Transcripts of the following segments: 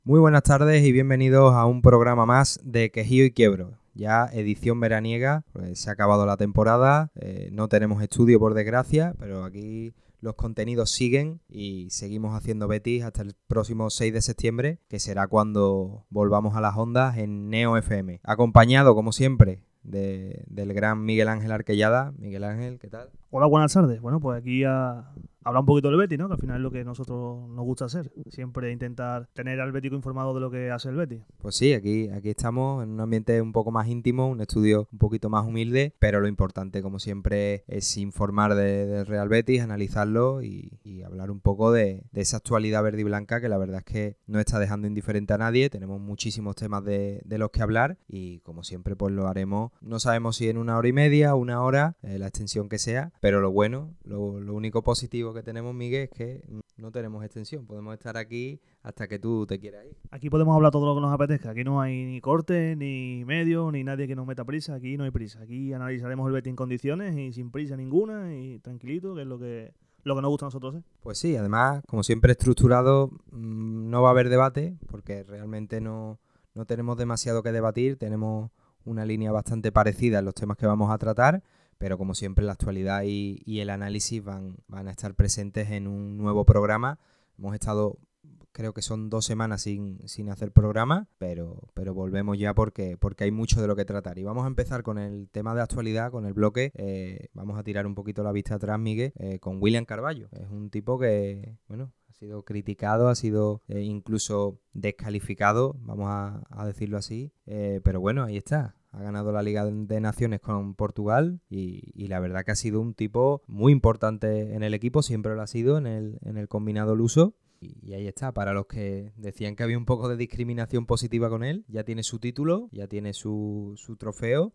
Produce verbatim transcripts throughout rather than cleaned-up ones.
Muy buenas tardes y bienvenidos a un programa más de Quejío y Quiebro. Ya edición veraniega, pues se ha acabado la temporada, eh, no tenemos estudio por desgracia, pero aquí los contenidos siguen y seguimos haciendo Betis hasta el próximo seis de septiembre, que será cuando volvamos a las ondas en Neo F M. Acompañado, como siempre, de, del gran Miguel Ángel Arquellada. Miguel Ángel, ¿qué tal? Hola, buenas tardes. Bueno, pues aquí a hablar un poquito del Betis, ¿no? Que al final es lo que a nosotros nos gusta hacer. Siempre intentar tener al bético informado de lo que hace el Betis. Pues sí, aquí, aquí estamos en un ambiente un poco más íntimo, un estudio un poquito más humilde, pero lo importante, como siempre, es informar de- del Real Betis, analizarlo y, y hablar un poco de, de esa actualidad verde y blanca que la verdad es que no está dejando indiferente a nadie. Tenemos muchísimos temas de, de los que hablar y, como siempre, pues lo haremos. No sabemos si en una hora y media, una hora, eh, la extensión que sea, pero lo bueno, lo, lo único positivo que tenemos, Miguel, es que no tenemos extensión. Podemos estar aquí hasta que tú te quieras ir. Aquí podemos hablar todo lo que nos apetezca. Aquí no hay ni corte, ni medio, ni nadie que nos meta prisa. Aquí no hay prisa. Aquí analizaremos el Betis en condiciones y sin prisa ninguna y tranquilito, que es lo que, lo que nos gusta a nosotros, ¿eh? Pues sí, además, como siempre estructurado, mmm, no va a haber debate, porque realmente no, no tenemos demasiado que debatir, tenemos una línea bastante parecida en los temas que vamos a tratar, pero como siempre la actualidad y, y el análisis van, van a estar presentes en un nuevo programa. Hemos estado, creo que son dos semanas sin, sin hacer programa, pero, pero volvemos ya porque, porque hay mucho de lo que tratar. Y vamos a empezar con el tema de actualidad, con el bloque. Eh, vamos a tirar un poquito la vista atrás, Miguel, eh, con William Carballo. Es un tipo que, bueno, ha sido criticado, ha sido eh, incluso descalificado, vamos a, a decirlo así. Eh, pero bueno, ahí está. Ha ganado la Liga de Naciones con Portugal y, y la verdad que ha sido un tipo muy importante en el equipo, siempre lo ha sido en el, en el combinado luso. Y ahí está, para los que decían que había un poco de discriminación positiva con él, ya tiene su título, ya tiene su, su trofeo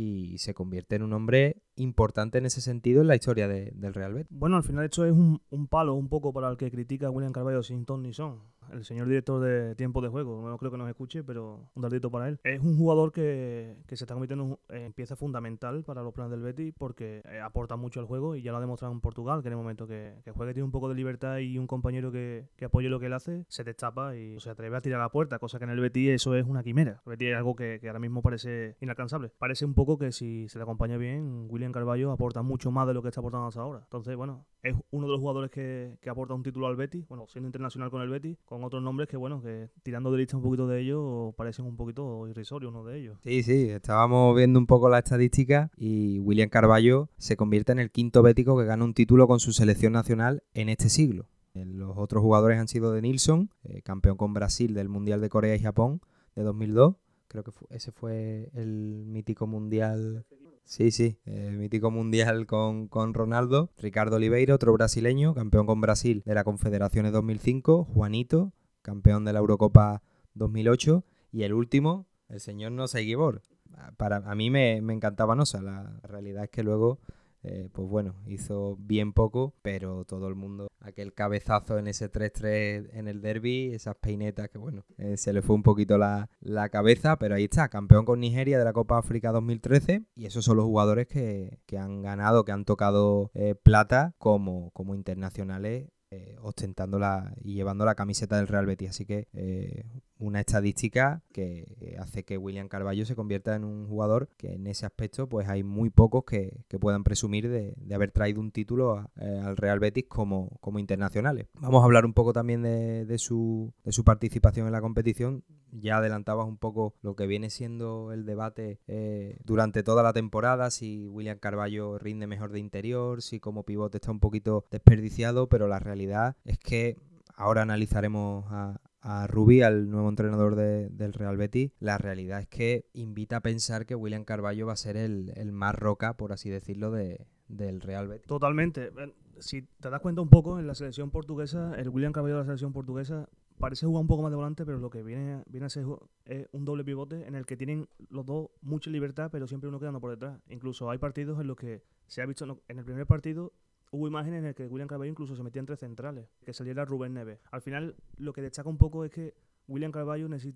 y se convierte en un hombre importante en ese sentido en la historia de, del Real Betis. Bueno, al final esto es un, un palo un poco para el que critica a William Carvalho sin ton ni son. El señor director de Tiempo de Juego, no creo que nos escuche, pero un datito para él. Es un jugador que, que se está convirtiendo en pieza fundamental para los planes del Betis porque eh, aporta mucho al juego y ya lo ha demostrado en Portugal, que en el momento que, que juegue tiene un poco de libertad y un compañero que, que apoye lo que él hace, se destapa y se atreve a tirar a la puerta, cosa que en el Betis eso es una quimera. El Betis es algo que, que ahora mismo parece inalcanzable. Parece un poco que si se le acompaña bien, William Carvalho aporta mucho más de lo que está aportando hasta ahora. Entonces, bueno, es uno de los jugadores que, que aporta un título al Betis, bueno, siendo internacional con el Betis, con otros nombres que, bueno, que tirando de lista un poquito de ellos, parecen un poquito irrisorios uno de ellos. Sí, sí, estábamos viendo un poco la estadística y William Carballo se convierte en el quinto bético que gana un título con su selección nacional en este siglo. Los otros jugadores han sido de Nilsson, eh, campeón con Brasil del Mundial de Corea y Japón de dos mil dos. Creo que fue, ese fue el mítico mundial. Sí, sí, el mítico mundial con, con Ronaldo. Ricardo Oliveira, otro brasileño, campeón con Brasil de la Confederaciones dos mil cinco. Juanito, campeón de la Eurocopa dos mil ocho. Y el último, el señor Nosa Igibor. Para, a mí me, me encantaba Nosa. La realidad es que luego, eh, pues bueno, hizo bien poco, pero todo el mundo, aquel cabezazo en ese tres tres en el derby, esas peinetas que bueno, eh, se le fue un poquito la, la cabeza, pero ahí está, campeón con Nigeria de la Copa África dos mil trece y esos son los jugadores que, que han ganado, que han tocado eh, plata como, como internacionales. Eh, ostentando la, y llevando la camiseta del Real Betis, así que eh, una estadística que hace que William Carballo se convierta en un jugador que en ese aspecto pues hay muy pocos que, que puedan presumir de, de haber traído un título a, eh, al Real Betis como, como internacionales. Vamos a hablar un poco también de, de, su, de su participación en la competición. Ya adelantabas un poco lo que viene siendo el debate eh, durante toda la temporada, si William Carballo rinde mejor de interior, si como pivote está un poquito desperdiciado, pero la realidad es que ahora analizaremos a, a Rubí, al nuevo entrenador de, del Real Betis. La realidad es que invita a pensar que William Carballo va a ser el, el más roca, por así decirlo, de, del Real Betis. Totalmente. Si te das cuenta un poco, en la selección portuguesa, el William Carvalho de la selección portuguesa parece jugar un poco más de volante, pero lo que viene, viene a ser es un doble pivote en el que tienen los dos mucha libertad, pero siempre uno quedando por detrás. Incluso hay partidos en los que se ha visto, en el primer partido hubo imágenes en las que William Carvalho incluso se metía entre centrales, que saliera Rubén Neves. Al final, lo que destaca un poco es que William Carvalho necesita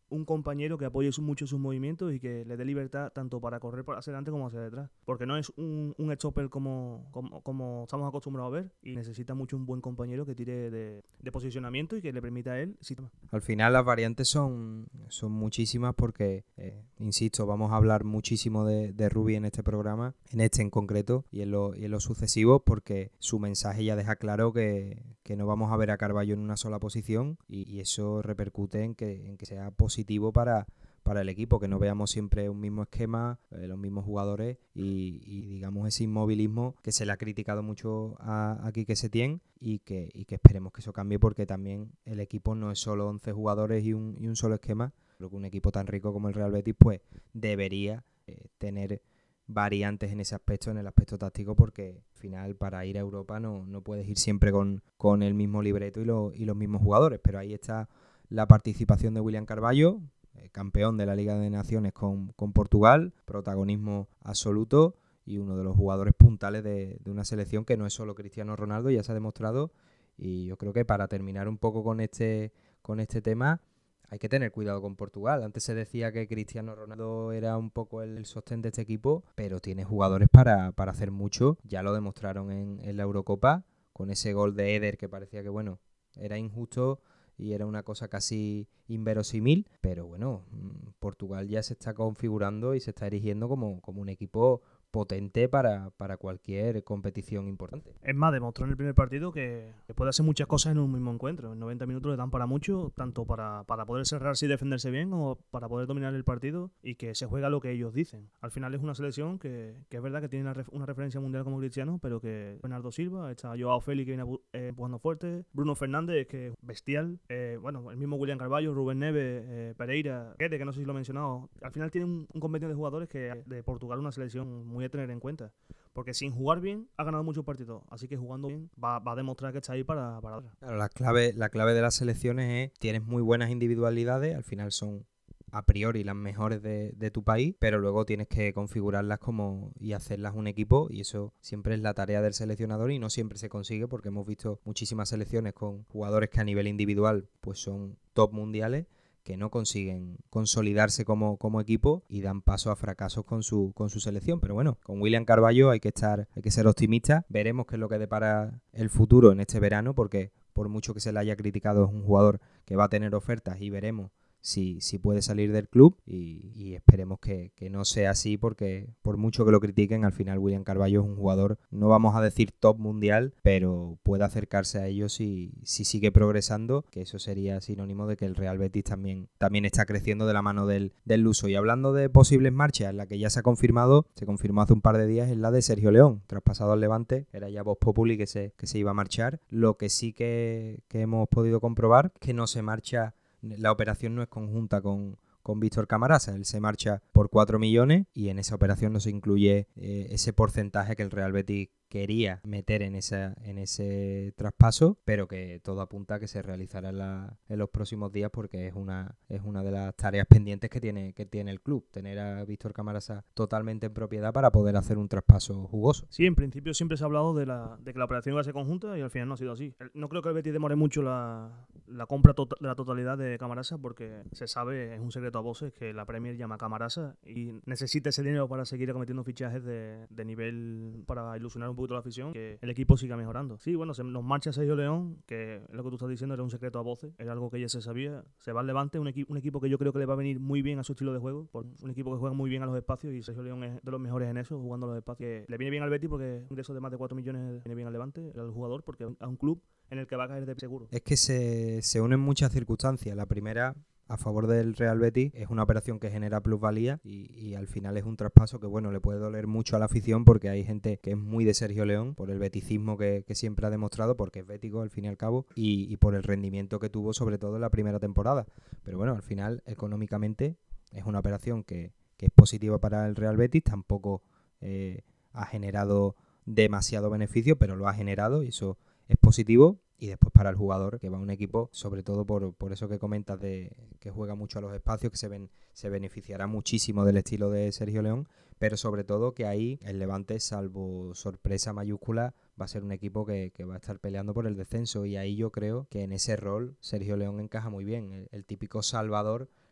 un compañero que apoye su- mucho sus movimientos y que le dé libertad tanto para correr por hacia adelante como hacia detrás. Porque no es un, un stopper como, como, como estamos acostumbrados a ver y necesita mucho un buen compañero que tire de, de posicionamiento y que le permita a él... Sí, Al final las variantes son, son muchísimas porque, eh, insisto, vamos a hablar muchísimo de, de Rubi en este programa, en este en concreto y en los y en lo sucesivos, porque su mensaje ya deja claro que, que no vamos a ver a Carballo en una sola posición y, y eso repercute en que, en que sea positivo para, para el equipo, que no veamos siempre un mismo esquema, eh, los mismos jugadores y, y digamos ese inmovilismo que se le ha criticado mucho a, a Quique Setién y que, y que esperemos que eso cambie, porque también el equipo no es solo once jugadores y un, y un solo esquema. Creo que un equipo tan rico como el Real Betis pues debería eh, tener variantes en ese aspecto, en el aspecto táctico, porque al final para ir a Europa no, no puedes ir siempre con, con el mismo libreto y, lo, y los mismos jugadores, pero ahí está la participación de William Carballo, eh, campeón de la Liga de Naciones con, con Portugal, protagonismo absoluto y uno de los jugadores puntales de, de una selección que no es solo Cristiano Ronaldo, ya se ha demostrado. Y yo creo que para terminar un poco con este, con este tema, hay que tener cuidado con Portugal. Antes se decía que Cristiano Ronaldo era un poco el sostén de este equipo, pero tiene jugadores para, para hacer mucho. Ya lo demostraron en, en la Eurocopa, con ese gol de Eder que parecía que, bueno, era injusto y era una cosa casi inverosímil, pero bueno, Portugal ya se está configurando y se está erigiendo como, como un equipo potente para, para cualquier competición importante. Es más, demostró en el primer partido que, que puede hacer muchas cosas en un mismo encuentro. En noventa minutos le dan para mucho, tanto para, para poder cerrarse y defenderse bien, como para poder dominar el partido y que se juega lo que ellos dicen. Al final es una selección que, que es verdad que tiene una, ref, una referencia mundial como Cristiano, pero que Bernardo Silva, está Joao Félix que viene eh, empujando fuerte, Bruno Fernández que es bestial, eh, bueno, el mismo William Carballo, Rubén Neves, eh, Pereira, Guede, que no sé si lo he mencionado. Al final tiene un, un compendio de jugadores que de Portugal una selección muy a tener en cuenta. Porque sin jugar bien ha ganado muchos partidos. Así que jugando bien va, va a demostrar que está ahí para... para... Claro, la clave, la clave de las selecciones es tienes muy buenas individualidades, al final son a priori las mejores de, de tu país, pero luego tienes que configurarlas como y hacerlas un equipo, y eso siempre es la tarea del seleccionador y no siempre se consigue, porque hemos visto muchísimas selecciones con jugadores que a nivel individual pues son top mundiales, que no consiguen consolidarse como, como equipo y dan paso a fracasos con su, con su selección. Pero bueno, con William Carballo hay que estar, hay que ser optimista. Veremos qué es lo que depara el futuro en este verano, porque por mucho que se le haya criticado, es un jugador que va a tener ofertas y veremos si, si puede salir del club y, y esperemos que, que no sea así, porque por mucho que lo critiquen, al final William Carballo es un jugador, no vamos a decir top mundial, pero puede acercarse a ellos si, si sigue progresando, que eso sería sinónimo de que el Real Betis también, también está creciendo de la mano del, del luso. Y hablando de posibles marchas, la que ya se ha confirmado, se confirmó hace un par de días, es la de Sergio León, traspasado al Levante, era ya Vox Populi que se, que se iba a marchar. Lo que sí que, que hemos podido comprobar es que no se marcha. La operación no es conjunta con, con Víctor Camarasa, él se marcha por cuatro millones y en esa operación no se incluye eh, ese porcentaje que el Real Betis quería meter en, esa, en ese traspaso, pero que todo apunta a que se realizará en, la, en los próximos días, porque es una, es una de las tareas pendientes que tiene, que tiene el club, tener a Víctor Camarasa totalmente en propiedad para poder hacer un traspaso jugoso. Sí, en principio siempre se ha hablado de, la, de que la operación iba a ser conjunta y al final no ha sido así. No creo que el Betis demore mucho la, la compra to- de la totalidad de Camarasa, porque se sabe, es un secreto a voces, que la Premier llama a Camarasa y necesita ese dinero para seguir cometiendo fichajes de, de nivel para ilusionar un poquito la afición, que el equipo siga mejorando. Sí, bueno, se nos marcha Sergio León, que es lo que tú estás diciendo, era un secreto a voces, era algo que ya se sabía. Se va al Levante, un, equi- un equipo que yo creo que le va a venir muy bien a su estilo de juego, por un equipo que juega muy bien a los espacios y Sergio León es de los mejores en eso, jugando a los espacios. Que le viene bien al Betis porque un ingreso de más de cuatro millones viene bien al Levante, al jugador, porque a un club en el que va a caer de seguro. Es que se, se unen muchas circunstancias. La primera, a favor del Real Betis, es una operación que genera plusvalía y, y al final es un traspaso que, bueno, le puede doler mucho a la afición, porque hay gente que es muy de Sergio León por el beticismo que, que siempre ha demostrado, porque es bético al fin y al cabo, y, y por el rendimiento que tuvo sobre todo en la primera temporada. Pero bueno, al final económicamente es una operación que, que es positiva para el Real Betis, tampoco eh, ha generado demasiado beneficio, pero lo ha generado y eso es positivo. Y después para el jugador, que va a un equipo, sobre todo por, por eso que comentas, de que juega mucho a los espacios, que se, ven, se beneficiará muchísimo del estilo de Sergio León, pero sobre todo que ahí el Levante, salvo sorpresa mayúscula, va a ser un equipo que, que va a estar peleando por el descenso, y ahí yo creo que en ese rol Sergio León encaja muy bien, el, el típico salvador,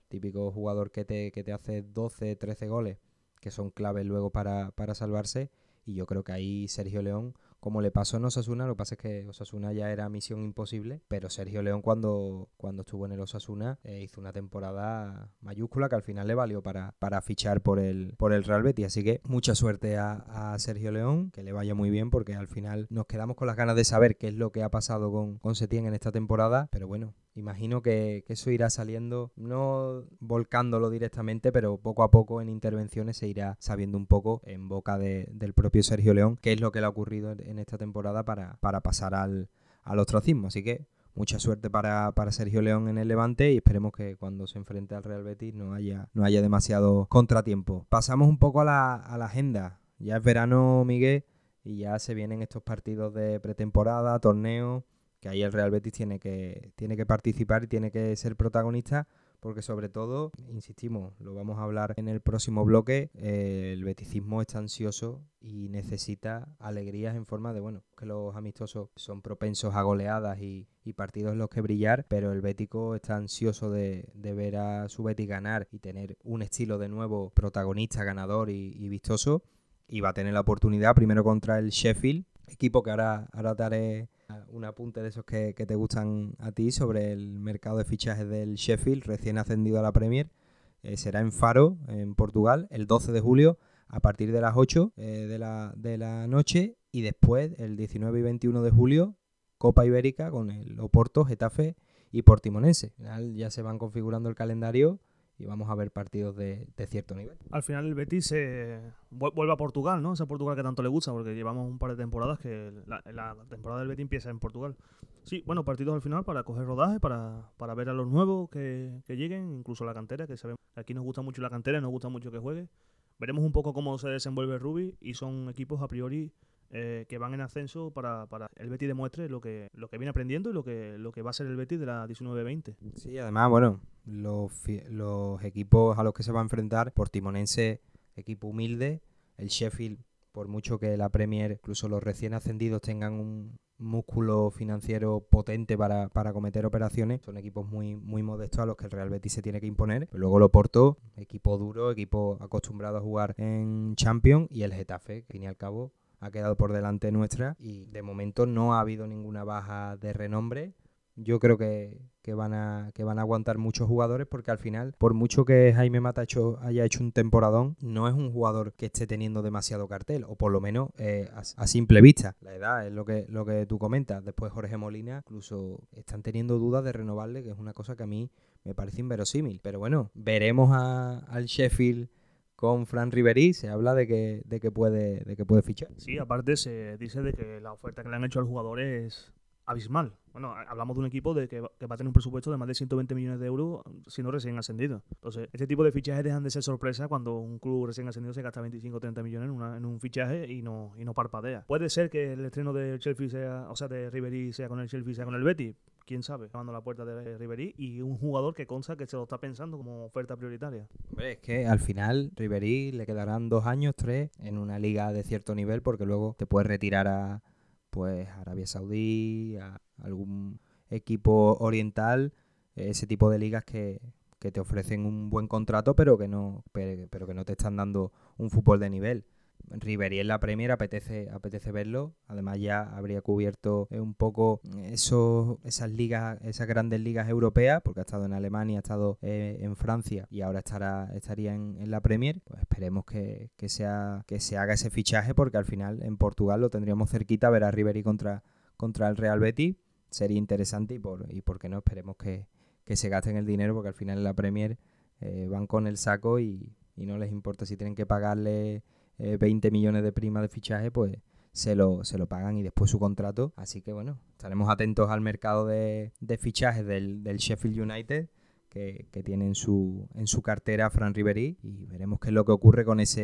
típico jugador que te, que te hace doce, trece goles, que son claves luego para, para salvarse. Y yo creo que ahí Sergio León, como le pasó en Osasuna, lo que pasa es que Osasuna ya era misión imposible, pero Sergio León cuando, cuando estuvo en el Osasuna eh, hizo una temporada mayúscula que al final le valió para, para fichar por el, por el Real Betis. Así que mucha suerte a, a Sergio León, que le vaya muy bien, porque al final nos quedamos con las ganas de saber qué es lo que ha pasado con, con Setién en esta temporada, pero bueno, imagino que, que eso irá saliendo, no volcándolo directamente, pero poco a poco en intervenciones se irá sabiendo un poco en boca de, del propio Sergio León qué es lo que le ha ocurrido en esta temporada para, para pasar al, al ostracismo. Así que mucha suerte para, para Sergio León en el Levante y esperemos que cuando se enfrente al Real Betis no haya, no haya demasiado contratiempo. Pasamos un poco a la, a la agenda. Ya es verano, Miguel, y ya se vienen estos partidos de pretemporada, torneos, que ahí el Real Betis tiene que, tiene que participar y tiene que ser protagonista, porque sobre todo, insistimos, lo vamos a hablar en el próximo bloque, eh, el beticismo está ansioso y necesita alegrías en forma de, bueno, que los amistosos son propensos a goleadas y, y partidos en los que brillar, pero el bético está ansioso de, de ver a su Betis ganar y tener un estilo de nuevo protagonista, ganador y, y vistoso, y va a tener la oportunidad primero contra el Sheffield, equipo que ahora, ahora te haré un apunte de esos que, que te gustan a ti sobre el mercado de fichajes del Sheffield, recién ascendido a la Premier. Eh, será en Faro, en Portugal, el doce de julio, a partir de las ocho eh, de, la, de la noche, y después, el diecinueve y veintiuno de julio, Copa Ibérica con el Oporto, Getafe y Portimonense. Al final ya se van configurando el calendario y vamos a ver partidos de, de cierto nivel. Al final el Betis eh, vuelve a Portugal, ¿no? Esa Portugal que tanto le gusta, porque llevamos un par de temporadas que la, la temporada del Betis empieza en Portugal. Sí, bueno, partidos al final para coger rodaje, para, para ver a los nuevos que, que lleguen, incluso la cantera, que sabemos que aquí nos gusta mucho la cantera, nos gusta mucho que juegue. Veremos un poco cómo se desenvuelve el Rubí, y son equipos a priori eh, que van en ascenso para, para el Betis demuestre lo que, lo que viene aprendiendo y lo que, lo que va a ser el Betis de la diecinueve veinte. Sí, además, bueno, los, los equipos a los que se va a enfrentar, Portimonense, equipo humilde, el Sheffield, por mucho que la Premier, incluso los recién ascendidos tengan un músculo financiero potente para, para cometer operaciones, son equipos muy, muy modestos a los que el Real Betis se tiene que imponer. Pero luego el Oporto, equipo duro, equipo acostumbrado a jugar en Champions, y el Getafe, que al fin y al cabo ha quedado por delante nuestra, y de momento no ha habido ninguna baja de renombre. Yo creo que, que, van a, que van a aguantar muchos jugadores, porque al final, por mucho que Jaime Mata hecho, haya hecho un temporadón, no es un jugador que esté teniendo demasiado cartel, o por lo menos eh, a, a simple vista. La edad es lo que, lo que tú comentas. Después Jorge Molina, incluso están teniendo dudas de renovarle, que es una cosa que a mí me parece inverosímil. Pero bueno, veremos a, al Sheffield con Fran Ribéry. Se habla de que, de, que puede, de que puede fichar. Sí, aparte se dice de que la oferta que le han hecho al jugador es abismal. Bueno, hablamos de un equipo de que, que va a tener un presupuesto de más de ciento veinte millones de euros siendo recién ascendido. Entonces, este tipo de fichajes dejan de ser sorpresa cuando un club recién ascendido se gasta veinticinco o treinta millones en, una, en un fichaje y no, y no parpadea. Puede ser que el estreno de Chelsea sea, o sea, de Ribéry sea con el Chelsea, sea con el Betis. Quién sabe, llamando a la puerta de Ribéry, y un jugador que consta que se lo está pensando como oferta prioritaria. Hombre, es que al final Ribéry le quedarán dos años, tres, en una liga de cierto nivel, porque luego te puedes retirar a pues Arabia Saudí, a algún equipo oriental, ese tipo de ligas que, que te ofrecen un buen contrato, pero que no pero, pero que no te están dando un fútbol de nivel. Ribéry en la Premier apetece, apetece verlo. Además ya habría cubierto un poco esos, esas ligas, esas grandes ligas europeas, porque ha estado en Alemania, ha estado eh, en Francia y ahora estará estaría en, en la Premier. Pues esperemos que, que, sea, que se haga ese fichaje, porque al final en Portugal lo tendríamos cerquita, ver a Ribéry contra, contra el Real Betis. Sería interesante, y por, y por qué no, esperemos que, que se gasten el dinero, porque al final en la Premier eh, van con el saco y, y no les importa si tienen que pagarle Eh, veinte millones de prima de fichaje, pues se lo, se lo pagan y después su contrato. Así que bueno, estaremos atentos al mercado de, de fichajes del, del Sheffield United, que, que tiene en su, en su cartera a Fran Ribéry, y veremos qué es lo que ocurre con ese,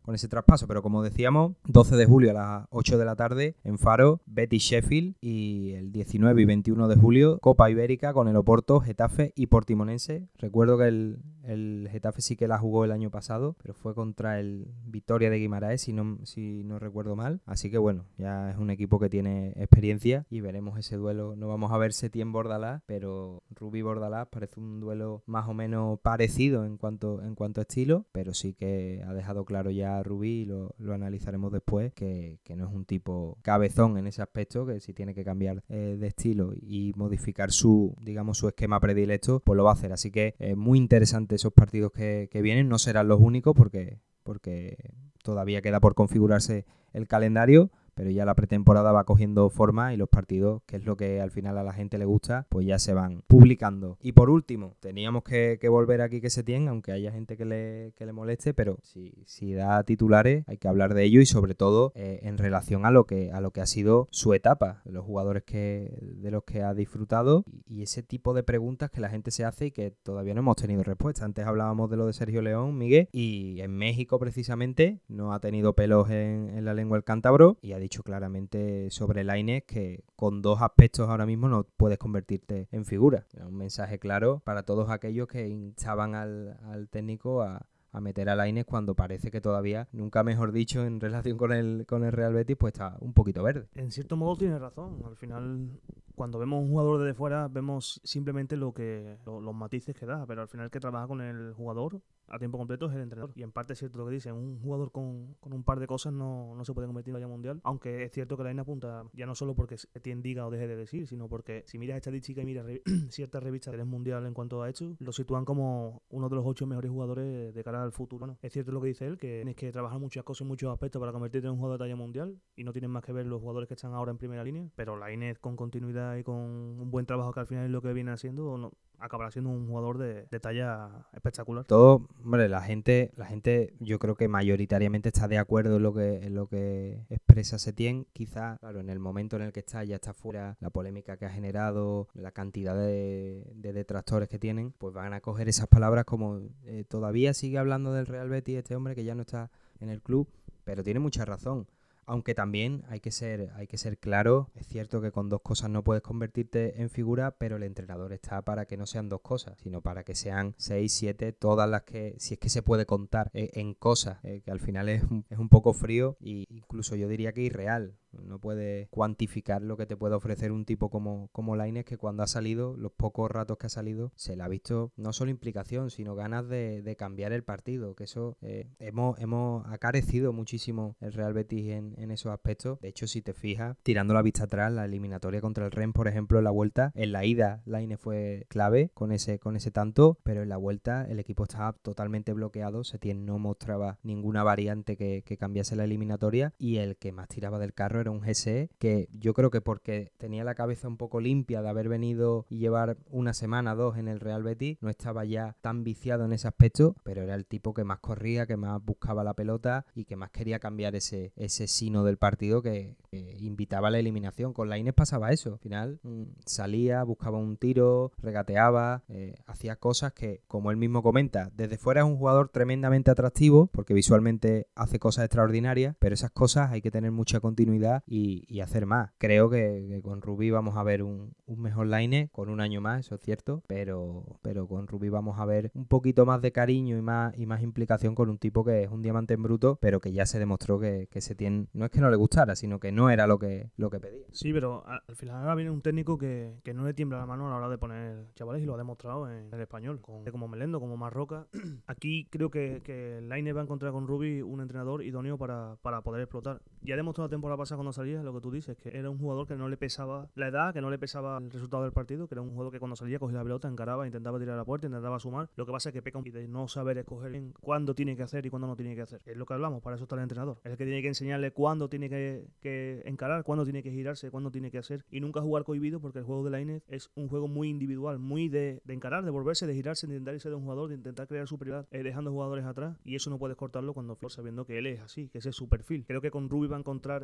con ese traspaso. Pero como decíamos, doce de julio a las ocho de la tarde en Faro, Betis Sheffield, y el diecinueve y veintiuno de julio Copa Ibérica con el Oporto, Getafe y Portimonense. Recuerdo que el, el Getafe sí que la jugó el año pasado, pero fue contra el Vitoria de Guimaraes, si no, si no recuerdo mal. Así que bueno, ya es un equipo que tiene experiencia y veremos ese duelo. No vamos a ver Setién-Bordalás, pero Rubí-Bordalás parece un duelo más o menos parecido en cuanto, en cuanto a estilo, pero sí que ha dejado claro ya Rubí, y lo, lo analizaremos después, que, que no es un tipo cabezón en ese aspecto, que si tiene que cambiar eh, de estilo y modificar su, digamos, su esquema predilecto, pues lo va a hacer. Así que eh, muy interesante esos partidos que, que vienen. No serán los únicos porque, porque todavía queda por configurarse el calendario, pero ya la pretemporada va cogiendo forma y los partidos, que es lo que al final a la gente le gusta, pues ya se van publicando. Y por último, teníamos que, que volver aquí que Setién, aunque haya gente que le, que le moleste, pero si, si da titulares hay que hablar de ello y sobre todo eh, en relación a lo que a lo que ha sido su etapa, los jugadores que de los que ha disfrutado y, y ese tipo de preguntas que la gente se hace y que todavía no hemos tenido respuesta. Antes hablábamos de lo de Sergio León, Miguel, y en México precisamente no ha tenido pelos en, en la lengua el cántabro y ha dicho claramente sobre Lainez que con dos aspectos ahora mismo no puedes convertirte en figura. Era un mensaje claro para todos aquellos que instaban al, al técnico a, a meter a Lainez cuando parece que todavía, nunca mejor dicho, en relación con el, con el Real Betis, pues está un poquito verde. En cierto modo tiene razón. Al final, cuando vemos un jugador desde fuera, vemos simplemente lo que lo, los matices que da, pero al final el que trabaja con el jugador a tiempo completo es el entrenador. Y en parte es cierto lo que dicen, un jugador con, con un par de cosas no, no se puede convertir en talla mundial, aunque es cierto que Lainez apunta, ya no solo porque Setién diga o deje de decir, sino porque si miras estadística y miras re ciertas revistas del mundial en cuanto a hecho, lo sitúan como uno de los ocho mejores jugadores de cara al futuro. Bueno, es cierto lo que dice él, que tienes que trabajar muchas cosas y muchos aspectos para convertirte en un jugador de talla mundial, y no tienen más que ver los jugadores que están ahora en primera línea, pero Lainez con continuidad y con un buen trabajo que al final es lo que viene haciendo, no, acabará siendo un jugador de, de talla espectacular. Todo, hombre, la gente, la gente yo creo que mayoritariamente está de acuerdo en lo que, en lo que expresa Setién. Quizá, claro, en el momento en el que está, ya está fuera, la polémica que ha generado, la cantidad de, de detractores que tienen, pues van a coger esas palabras como eh, todavía sigue hablando del Real Betis este hombre que ya no está en el club, pero tiene mucha razón. Aunque también hay que ser hay que ser claro, es cierto que con dos cosas no puedes convertirte en figura, pero el entrenador está para que no sean dos cosas, sino para que sean seis, siete, todas las que, si es que se puede contar eh, en cosas, eh, que al final es un, es un poco frío e incluso yo diría que irreal. No puedes cuantificar lo que te puede ofrecer un tipo como, como Lainez, que cuando ha salido, los pocos ratos que ha salido, se le ha visto no solo implicación, sino ganas de, de cambiar el partido, que eso eh, hemos, hemos acarecido muchísimo el Real Betis en, en esos aspectos. De hecho, si te fijas, tirando la vista atrás, la eliminatoria contra el Rennes, por ejemplo, en la vuelta, en la ida Lainez fue clave con ese, con ese tanto, pero en la vuelta el equipo estaba totalmente bloqueado, Setién no mostraba ninguna variante que, que cambiase la eliminatoria y el que más tiraba del carro era un G S E que yo creo que porque tenía la cabeza un poco limpia de haber venido y llevar una semana, dos en el Real Betis, no estaba ya tan viciado en ese aspecto, pero era el tipo que más corría, que más buscaba la pelota y que más quería cambiar ese, ese sino del partido que, que invitaba a la eliminación. Con Lainez pasaba eso, al final mmm, salía, buscaba un tiro, regateaba, eh, hacía cosas que, como él mismo comenta, desde fuera es un jugador tremendamente atractivo porque visualmente hace cosas extraordinarias, pero esas cosas hay que tener mucha continuidad Y, y hacer más. Creo que, que con Rubí vamos a ver un, un mejor Lainez con un año más, eso es cierto, pero, pero con Rubí vamos a ver un poquito más de cariño y más, y más implicación con un tipo que es un diamante en bruto, pero que ya se demostró que, que Setién no es que no le gustara, sino que no era lo que, lo que pedía. Sí, pero al final ahora viene un técnico que, que no le tiembla la mano a la hora de poner chavales y lo ha demostrado en el español, con, como Melendo, como Marroca. Aquí creo que, que Lainez va a encontrar con Rubí un entrenador idóneo para, para poder explotar. Ya demostró la temporada pasada cuando salía lo que tú dices, que era un jugador que no le pesaba la edad, que no le pesaba el resultado del partido, que era un jugador que cuando salía cogía la pelota, encaraba, intentaba tirar a la puerta, intentaba sumar. Lo que pasa es que peca de no saber escoger bien cuándo tiene que hacer y cuándo no tiene que hacer. Es lo que hablamos, para eso está el entrenador. Es el que tiene que enseñarle cuándo tiene que, que encarar, cuándo tiene que girarse, cuándo tiene que hacer, y nunca jugar cohibido, porque el juego de Lainez es un juego muy individual, muy de, de encarar, de volverse, de girarse, de intentar irse de un jugador, de intentar crear superioridad, eh, dejando jugadores atrás, y eso no puedes cortarlo cuando sabiendo que él es así, que ese es su perfil. Creo que con Rubí va a encontrar en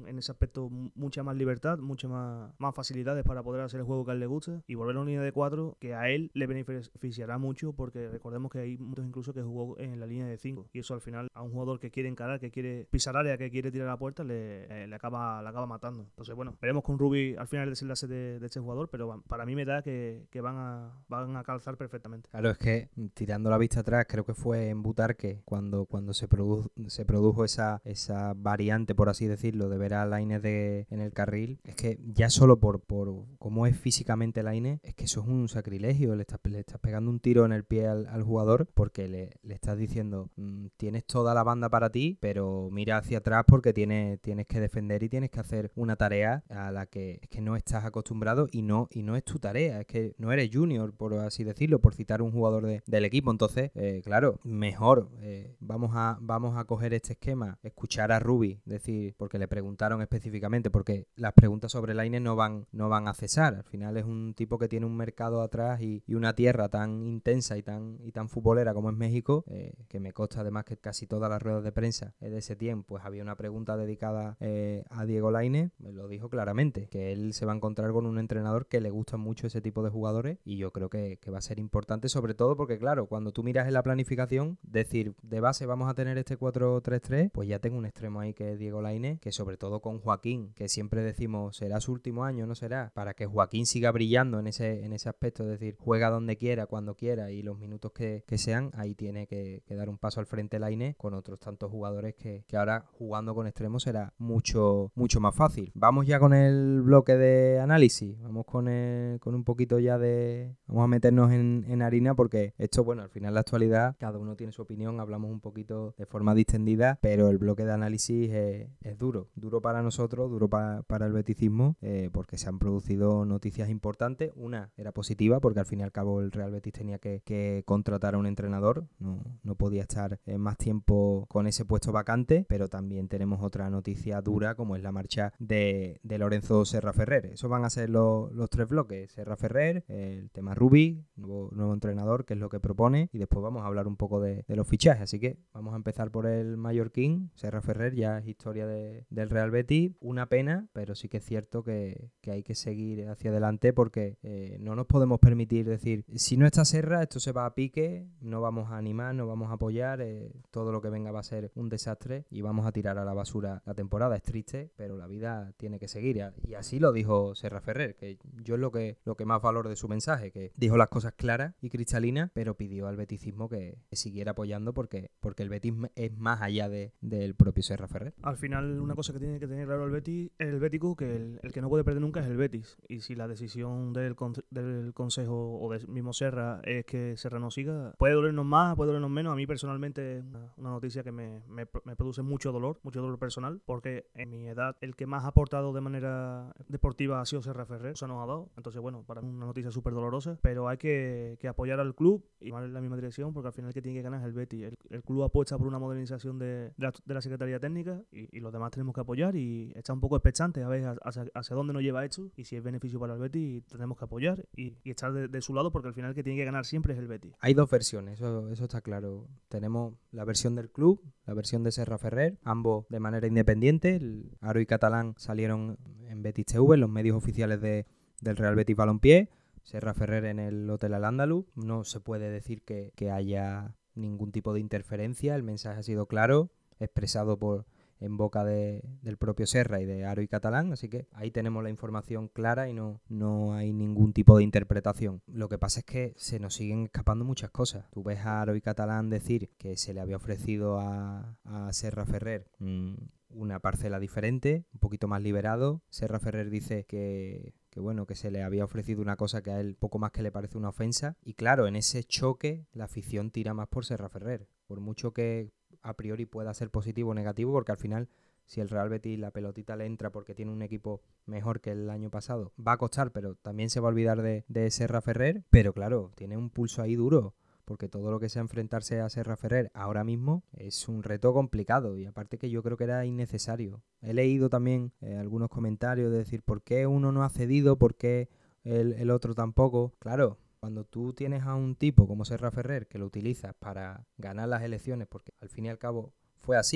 dan en ese aspecto mucha más libertad, muchas más, más facilidades para poder hacer el juego que a él le gusta, y volver a una línea de cuatro que a él le beneficiará mucho, porque recordemos que hay muchos incluso que jugó en la línea de cinco, y eso al final a un jugador que quiere encarar, que quiere pisar área, que quiere tirar a la puerta, le, eh, le, acaba, le acaba matando. Entonces bueno, veremos con Rubi al final el desenlace de, de este jugador, pero para mí me da que, que van, a, van a calzar perfectamente. Claro, es que tirando la vista atrás, creo que fue en Butarque cuando, cuando se, produ se produjo esa, esa variante, por así decirlo, de ver a Lainez de, en el carril. Es que ya solo por, por cómo es físicamente Lainez, es que eso es un sacrilegio. Le estás, le estás pegando un tiro en el pie al, al jugador porque le, le estás diciendo mmm, tienes toda la banda para ti, pero mira hacia atrás porque tienes, tienes que defender y tienes que hacer una tarea a la que es que no estás acostumbrado y no, y no es tu tarea. Es que no eres junior, por así decirlo, por citar un jugador de, del equipo. Entonces, eh, claro, mejor eh, vamos a vamos a coger este esquema, escuchar a Rubi decir, porque le preguntaron específicamente, porque las preguntas sobre Lainez no van no van a cesar. Al final es un tipo que tiene un mercado atrás y, y una tierra tan intensa y tan y tan futbolera como es México, eh, que me consta además que casi todas las ruedas de prensa de ese tiempo pues había una pregunta dedicada eh, a Diego Lainez. Me lo dijo claramente, que él se va a encontrar con un entrenador que le gusta mucho ese tipo de jugadores, y yo creo que, que va a ser importante, sobre todo porque claro, cuando tú miras en la planificación, decir de base vamos a tener este cuatro tres tres, pues ya tengo un extremo ahí que es Diego Lainez, que sobre todo con Joaquín, que siempre decimos será su último año, no será, para que Joaquín siga brillando en ese, en ese aspecto, es decir, juega donde quiera, cuando quiera y los minutos que, que sean, ahí tiene que, que dar un paso al frente Lainez con otros tantos jugadores que, que ahora jugando con extremos será mucho, mucho más fácil. Vamos ya con el bloque de análisis, vamos con, el, con un poquito ya de... Vamos a meternos en, en harina porque esto, bueno, al final la actualidad, cada uno tiene su opinión, hablamos un poquito de forma distendida, pero el bloque de análisis es, es duro, duro para nosotros, duro pa, para el beticismo, eh, porque se han producido noticias importantes. Una era positiva porque al fin y al cabo el Real Betis tenía que, que contratar a un entrenador, no, no podía estar eh, más tiempo con ese puesto vacante, pero también tenemos otra noticia dura como es la marcha de, de Lorenzo Serra Ferrer. Esos van a ser los, los tres bloques: Serra Ferrer, el tema Rubi, nuevo, nuevo entrenador, que es lo que propone, y después vamos a hablar un poco de, de los fichajes. Así que vamos a empezar por el mallorquín. Serra Ferrer ya es historia de, del Real Betis, una pena, pero sí que es cierto que, que hay que seguir hacia adelante porque eh, no nos podemos permitir decir, si no está Serra, esto se va a pique, no vamos a animar, no vamos a apoyar, eh, todo lo que venga va a ser un desastre y vamos a tirar a la basura la temporada. Es triste, pero la vida tiene que seguir, y así lo dijo Serra Ferrer, que yo es lo que, lo que más valoro de su mensaje, que dijo las cosas claras y cristalinas, pero pidió al beticismo que, que siguiera apoyando porque, porque el Betis es más allá de, del propio Serra Ferrer. Al final, una cosa que tiene que tener claro el Betis, el Bético, que el, el que no puede perder nunca es el Betis, y si la decisión del, con, del consejo o del mismo Serra es que Serra no siga, puede dolernos más, puede dolernos menos. A mí personalmente es una, una noticia que me, me, me produce mucho dolor, mucho dolor personal, porque en mi edad el que más ha aportado de manera deportiva ha sido Serra Ferrer, eso nos ha dado. Entonces bueno, para mí una noticia súper dolorosa, pero hay que, que apoyar al club y ir en la misma dirección, porque al final el que tiene que ganar es el Betis. El, el club apuesta por una modernización de, de, la, de la Secretaría Técnica y, y los demás tenemos que apoyar y estar un poco expectantes a ver hacia, hacia dónde nos lleva esto, y si es beneficio para el Betis tenemos que apoyar y, y estar de, de su lado, porque al final el que tiene que ganar siempre es el Betis. Hay dos versiones, eso, eso está claro. Tenemos la versión del club, la versión de Serra Ferrer, ambos de manera independiente. El Aro y Catalán salieron en Betis T V, en los medios oficiales de, del Real Betis Balompié. Serra Ferrer en el Hotel Al-Ándalus. No se puede decir que, que haya ningún tipo de interferencia. El mensaje ha sido claro, expresado por en boca de, del propio Serra y de Aro y Catalán, así que ahí tenemos la información clara y no, no hay ningún tipo de interpretación. Lo que pasa es que se nos siguen escapando muchas cosas. Tú ves a Aro y Catalán decir que se le había ofrecido a, a Serra Ferrer mmm, una parcela diferente, un poquito más liberado. Serra Ferrer dice que, que bueno, que se le había ofrecido una cosa que a él poco más que le parece una ofensa, y claro, en ese choque la afición tira más por Serra Ferrer, por mucho que a priori pueda ser positivo o negativo, porque al final si el Real Betis la pelotita le entra porque tiene un equipo mejor que el año pasado, va a costar, pero también se va a olvidar de, de Serra Ferrer. Pero claro, tiene un pulso ahí duro, porque todo lo que sea enfrentarse a Serra Ferrer ahora mismo es un reto complicado, y aparte que yo creo que era innecesario. He leído también eh, algunos comentarios de decir por qué uno no ha cedido, por qué el, el otro tampoco. Claro, cuando tú tienes a un tipo como Serra Ferrer que lo utilizas para ganar las elecciones, porque al fin y al cabo fue así,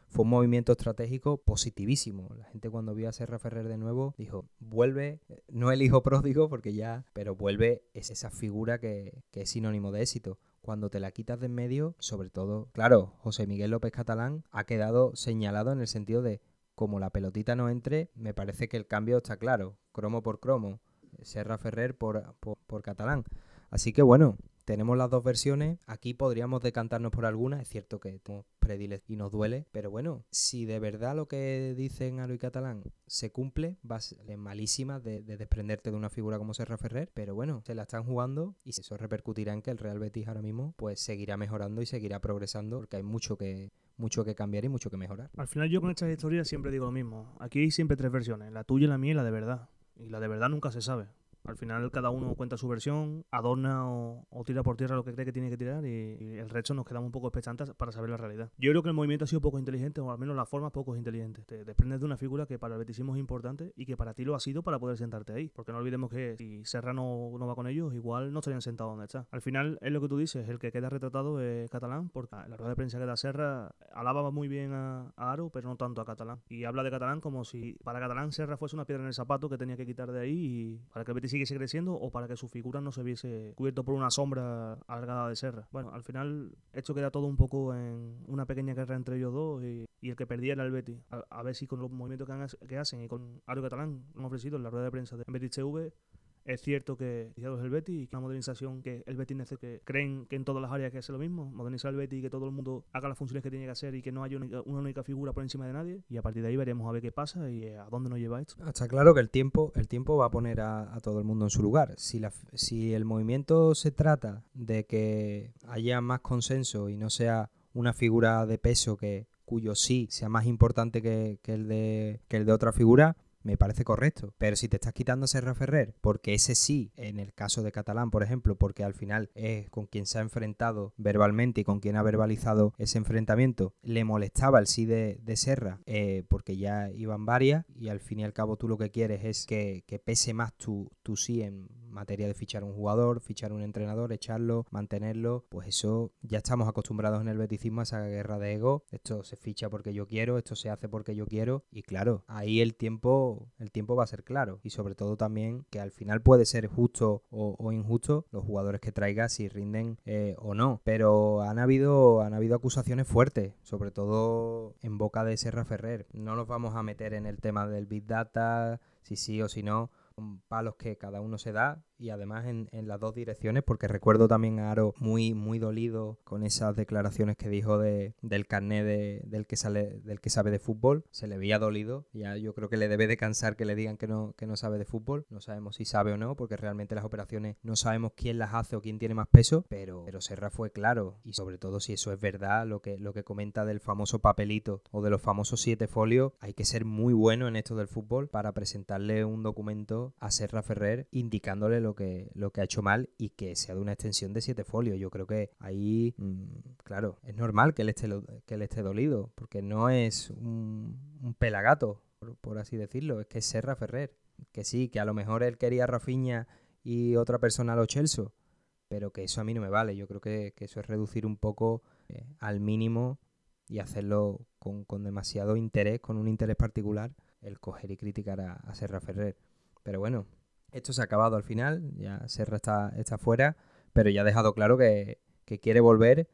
fue un movimiento estratégico positivísimo. La gente cuando vio a Serra Ferrer de nuevo dijo, vuelve, no el hijo pródigo porque ya, pero vuelve es esa figura que, que es sinónimo de éxito. Cuando te la quitas de en medio, sobre todo, claro, José Miguel López Catalán ha quedado señalado en el sentido de como la pelotita no entre, me parece que el cambio está claro, cromo por cromo, Serra Ferrer por, por, por Catalán. Así que bueno, tenemos las dos versiones, aquí podríamos decantarnos por alguna, es cierto que tenemos predilección y nos duele, pero bueno, si de verdad lo que dicen Aro y Catalán se cumple, va a ser malísima de, de desprenderte de una figura como Serra Ferrer, pero bueno, se la están jugando y eso repercutirá en que el Real Betis ahora mismo pues seguirá mejorando y seguirá progresando porque hay mucho que... mucho que cambiar y mucho que mejorar. Al final yo con estas historias siempre digo lo mismo. Aquí hay siempre tres versiones, la tuya, la mía y la de verdad. Y la de verdad nunca se sabe. Al final cada uno cuenta su versión, adorna o, o tira por tierra lo que cree que tiene que tirar y, y el resto nos quedamos un poco expectantes para saber la realidad. Yo creo que el movimiento ha sido poco inteligente, o al menos la forma poco inteligente. Te desprendes de una figura que para el betisismo es importante y que para ti lo ha sido para poder sentarte ahí. Porque no olvidemos que si Serra no, no va con ellos, igual no estarían sentados donde está. Al final es lo que tú dices, el que queda retratado es Catalán, porque en la rueda de prensa que da Serra alaba muy bien a, a Aro, pero no tanto a Catalán. Y habla de Catalán como si para Catalán Serra fuese una piedra en el zapato que tenía que quitar de ahí y para que el Betis siguiese creciendo o para que su figura no se viese cubierto por una sombra alargada de Serra. Bueno, al final esto queda todo un poco en una pequeña guerra entre ellos dos y, y el que perdía era el Betis. A, a ver si con los movimientos que, han, que hacen y con Aro Catalán han ofrecido en la rueda de prensa de Betis T V. Es cierto que es el Betis y que la modernización que el Betis necesita, que creen que en todas las áreas hay que hacer lo mismo, modernizar el Betis y que todo el mundo haga las funciones que tiene que hacer y que no haya una, una única figura por encima de nadie. Y a partir de ahí veremos a ver qué pasa y a dónde nos lleva esto. Está claro que el tiempo, el tiempo va a poner a, a todo el mundo en su lugar. Si, la, si el movimiento se trata de que haya más consenso y no sea una figura de peso que cuyo sí sea más importante que, que, el, de, que el de otra figura, me parece correcto. Pero si te estás quitando a Serra Ferrer, porque ese sí, en el caso de Catalán, por ejemplo, porque al final es con quien se ha enfrentado verbalmente y con quien ha verbalizado ese enfrentamiento, le molestaba el sí de, de Serra, eh, porque ya iban varias y al fin y al cabo tú lo que quieres es que, que pese más tu, tu sí en materia de fichar un jugador, fichar un entrenador, echarlo, mantenerlo, pues eso ya estamos acostumbrados en el beticismo a esa guerra de ego. Esto se ficha porque yo quiero, esto se hace porque yo quiero y claro, ahí el tiempo, el tiempo va a ser claro y sobre todo también que al final puede ser justo o, o injusto los jugadores que traiga si rinden eh, o no, pero han habido, han habido acusaciones fuertes, sobre todo en boca de Serra Ferrer. No nos vamos a meter en el tema del Big Data, si sí o si no, palos que cada uno se da y además en, en las dos direcciones, porque recuerdo también a Aro muy, muy dolido con esas declaraciones que dijo de, del carné de, del, que sale, del que sabe de fútbol. Se le veía dolido, ya yo creo que le debe de cansar que le digan que no, que no sabe de fútbol. No sabemos si sabe o no, porque realmente las operaciones no sabemos quién las hace o quién tiene más peso, pero, pero Serra fue claro y sobre todo si eso es verdad, lo que, lo que comenta del famoso papelito o de los famosos siete folios, hay que ser muy bueno en esto del fútbol para presentarle un documento a Serra Ferrer indicándole lo que, lo que ha hecho mal y que sea de una extensión de siete folios. Yo creo que ahí, mmm, claro, es normal que él esté, que él esté dolido, porque no es un, un pelagato, por, por así decirlo, es que es Serra Ferrer. Que sí, que a lo mejor él quería a Rafinha y otra persona a Lo Celso, pero que eso a mí no me vale. Yo creo que, que eso es reducir un poco eh, al mínimo y hacerlo con, con demasiado interés, con un interés particular, el coger y criticar a, a Serra Ferrer. Pero bueno, esto se ha acabado al final, ya Serra está, está fuera, pero ya ha dejado claro que, que quiere volver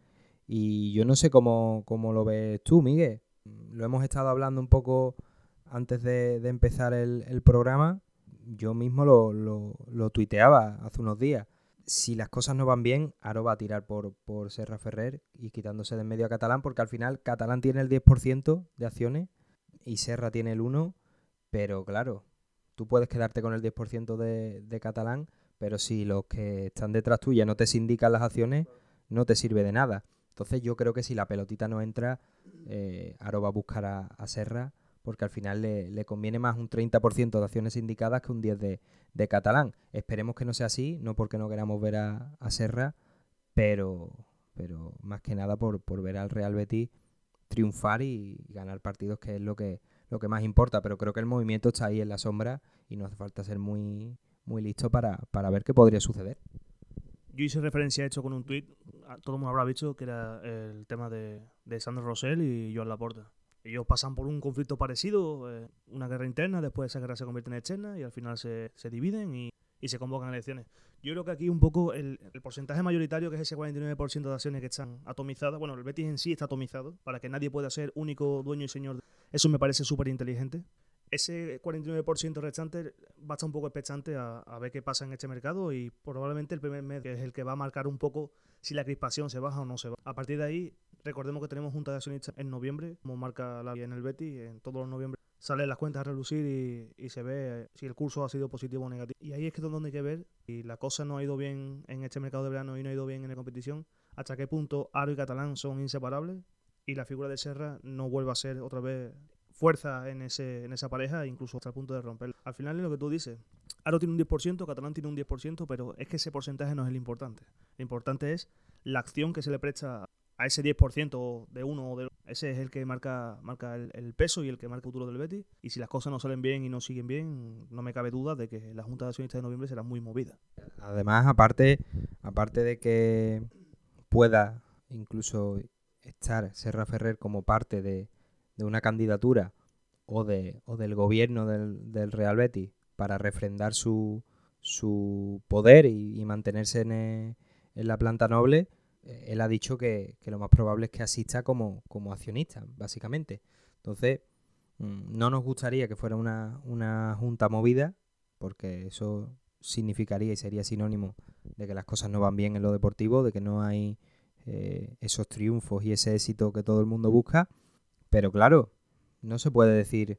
y yo no sé cómo, cómo lo ves tú, Miguel. Lo hemos estado hablando un poco antes de, de empezar el, el programa, yo mismo lo, lo, lo tuiteaba hace unos días. Si las cosas no van bien, Aro va a tirar por, por Serra Ferrer y quitándose de en medio a Catalán, porque al final Catalán tiene el diez por ciento de acciones y Serra tiene el uno por ciento, pero claro, tú puedes quedarte con el diez por ciento de, de Catalán, pero si los que están detrás tuya no te sindican las acciones, no te sirve de nada. Entonces yo creo que si la pelotita no entra, eh, Aro va a buscar a, a Serra, porque al final le, le conviene más un treinta por ciento de acciones sindicadas que un diez por ciento de, de Catalán. Esperemos que no sea así, no porque no queramos ver a, a Serra, pero, pero más que nada por, por ver al Real Betis triunfar y, y ganar partidos, que es lo que, lo que más importa. Pero creo que el movimiento está ahí en la sombra y no hace falta ser muy, muy listo para, para ver qué podría suceder. Yo hice referencia a esto con un tuit, todo el mundo habrá visto, que era el tema de, de Sandro Rosell y Joan Laporta. Ellos pasan por un conflicto parecido, eh, una guerra interna, después esa guerra se convierte en externa y al final se, se dividen y, y se convocan elecciones. Yo creo que aquí un poco el, el porcentaje mayoritario, que es ese cuarenta y nueve por ciento de acciones que están atomizadas, bueno, el Betis en sí está atomizado para que nadie pueda ser único dueño y señor. Eso me parece súper inteligente. Ese cuarenta y nueve por ciento restante va a estar un poco expectante a, a ver qué pasa en este mercado y probablemente el primer mes, que es el que va a marcar un poco si la crispación se baja o no se baja. A partir de ahí, recordemos que tenemos junta de accionistas en noviembre, como marca la ley en el Betis, en todos los noviembre salen las cuentas a relucir y, y se ve si el curso ha sido positivo o negativo. Y ahí es que es donde hay que ver si la cosa no ha ido bien en este mercado de verano y no ha ido bien en la competición, hasta qué punto Aro y Catalán son inseparables y la figura de Serra no vuelva a ser otra vez fuerza en ese en esa pareja, incluso hasta el punto de romperla. Al final es lo que tú dices. Aro tiene un diez por ciento, Catalán tiene un diez por ciento, pero es que ese porcentaje no es el importante. Lo importante es la acción que se le presta a ese diez por ciento de uno o de otro. Ese es el que marca marca el, el peso y el que marca el futuro del Betis. Y si las cosas no salen bien y no siguen bien, no me cabe duda de que la Junta de Accionistas de noviembre será muy movida. Además, aparte, aparte de que pueda incluso estar Serra Ferrer como parte de, de una candidatura o, de, o del gobierno del, del Real Betis para refrendar su, su poder y, y mantenerse en, el, en la planta noble, eh, él ha dicho que, que lo más probable es que asista como, como accionista, básicamente. Entonces, mmm, no nos gustaría que fuera una, una junta movida, porque eso significaría y sería sinónimo de que las cosas no van bien en lo deportivo, de que no hay eh, esos triunfos y ese éxito que todo el mundo busca. Pero claro, no se puede decir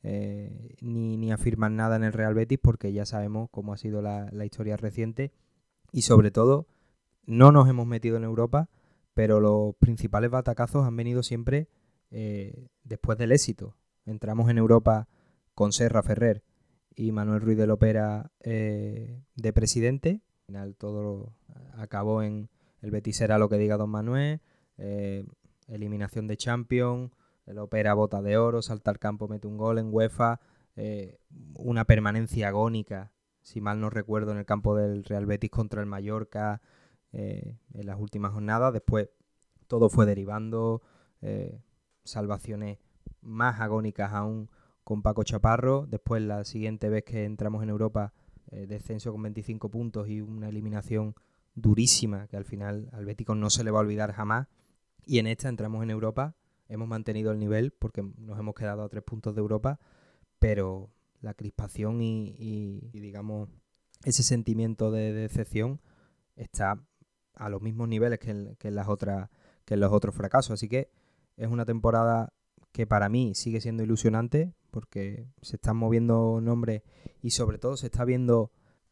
eh, ni, ni afirmar nada en el Real Betis porque ya sabemos cómo ha sido la, la historia reciente y sobre todo no nos hemos metido en Europa, pero los principales batacazos han venido siempre eh, después del éxito. Entramos en Europa con Serra Ferrer y Manuel Ruiz de Lopera eh, de presidente. Al final todo acabó en el Betis será lo que diga don Manuel, eh, eliminación de Champions, el Opera bota de oro, salta al campo, mete un gol en UEFA, eh, una permanencia agónica, si mal no recuerdo, en el campo del Real Betis contra el Mallorca eh, en las últimas jornadas. Después todo fue derivando, eh, salvaciones más agónicas aún con Paco Chaparro. Después la siguiente vez que entramos en Europa, eh, descenso con veinticinco puntos y una eliminación durísima que al final al Bético no se le va a olvidar jamás. Y en esta entramos en Europa, hemos mantenido el nivel porque nos hemos quedado a tres puntos de Europa, pero la crispación y, y, y digamos ese sentimiento de, de decepción está a los mismos niveles que en, que en las otras que en los otros fracasos. Así que es una temporada que para mí sigue siendo ilusionante porque se están moviendo nombres y sobre todo se está viendo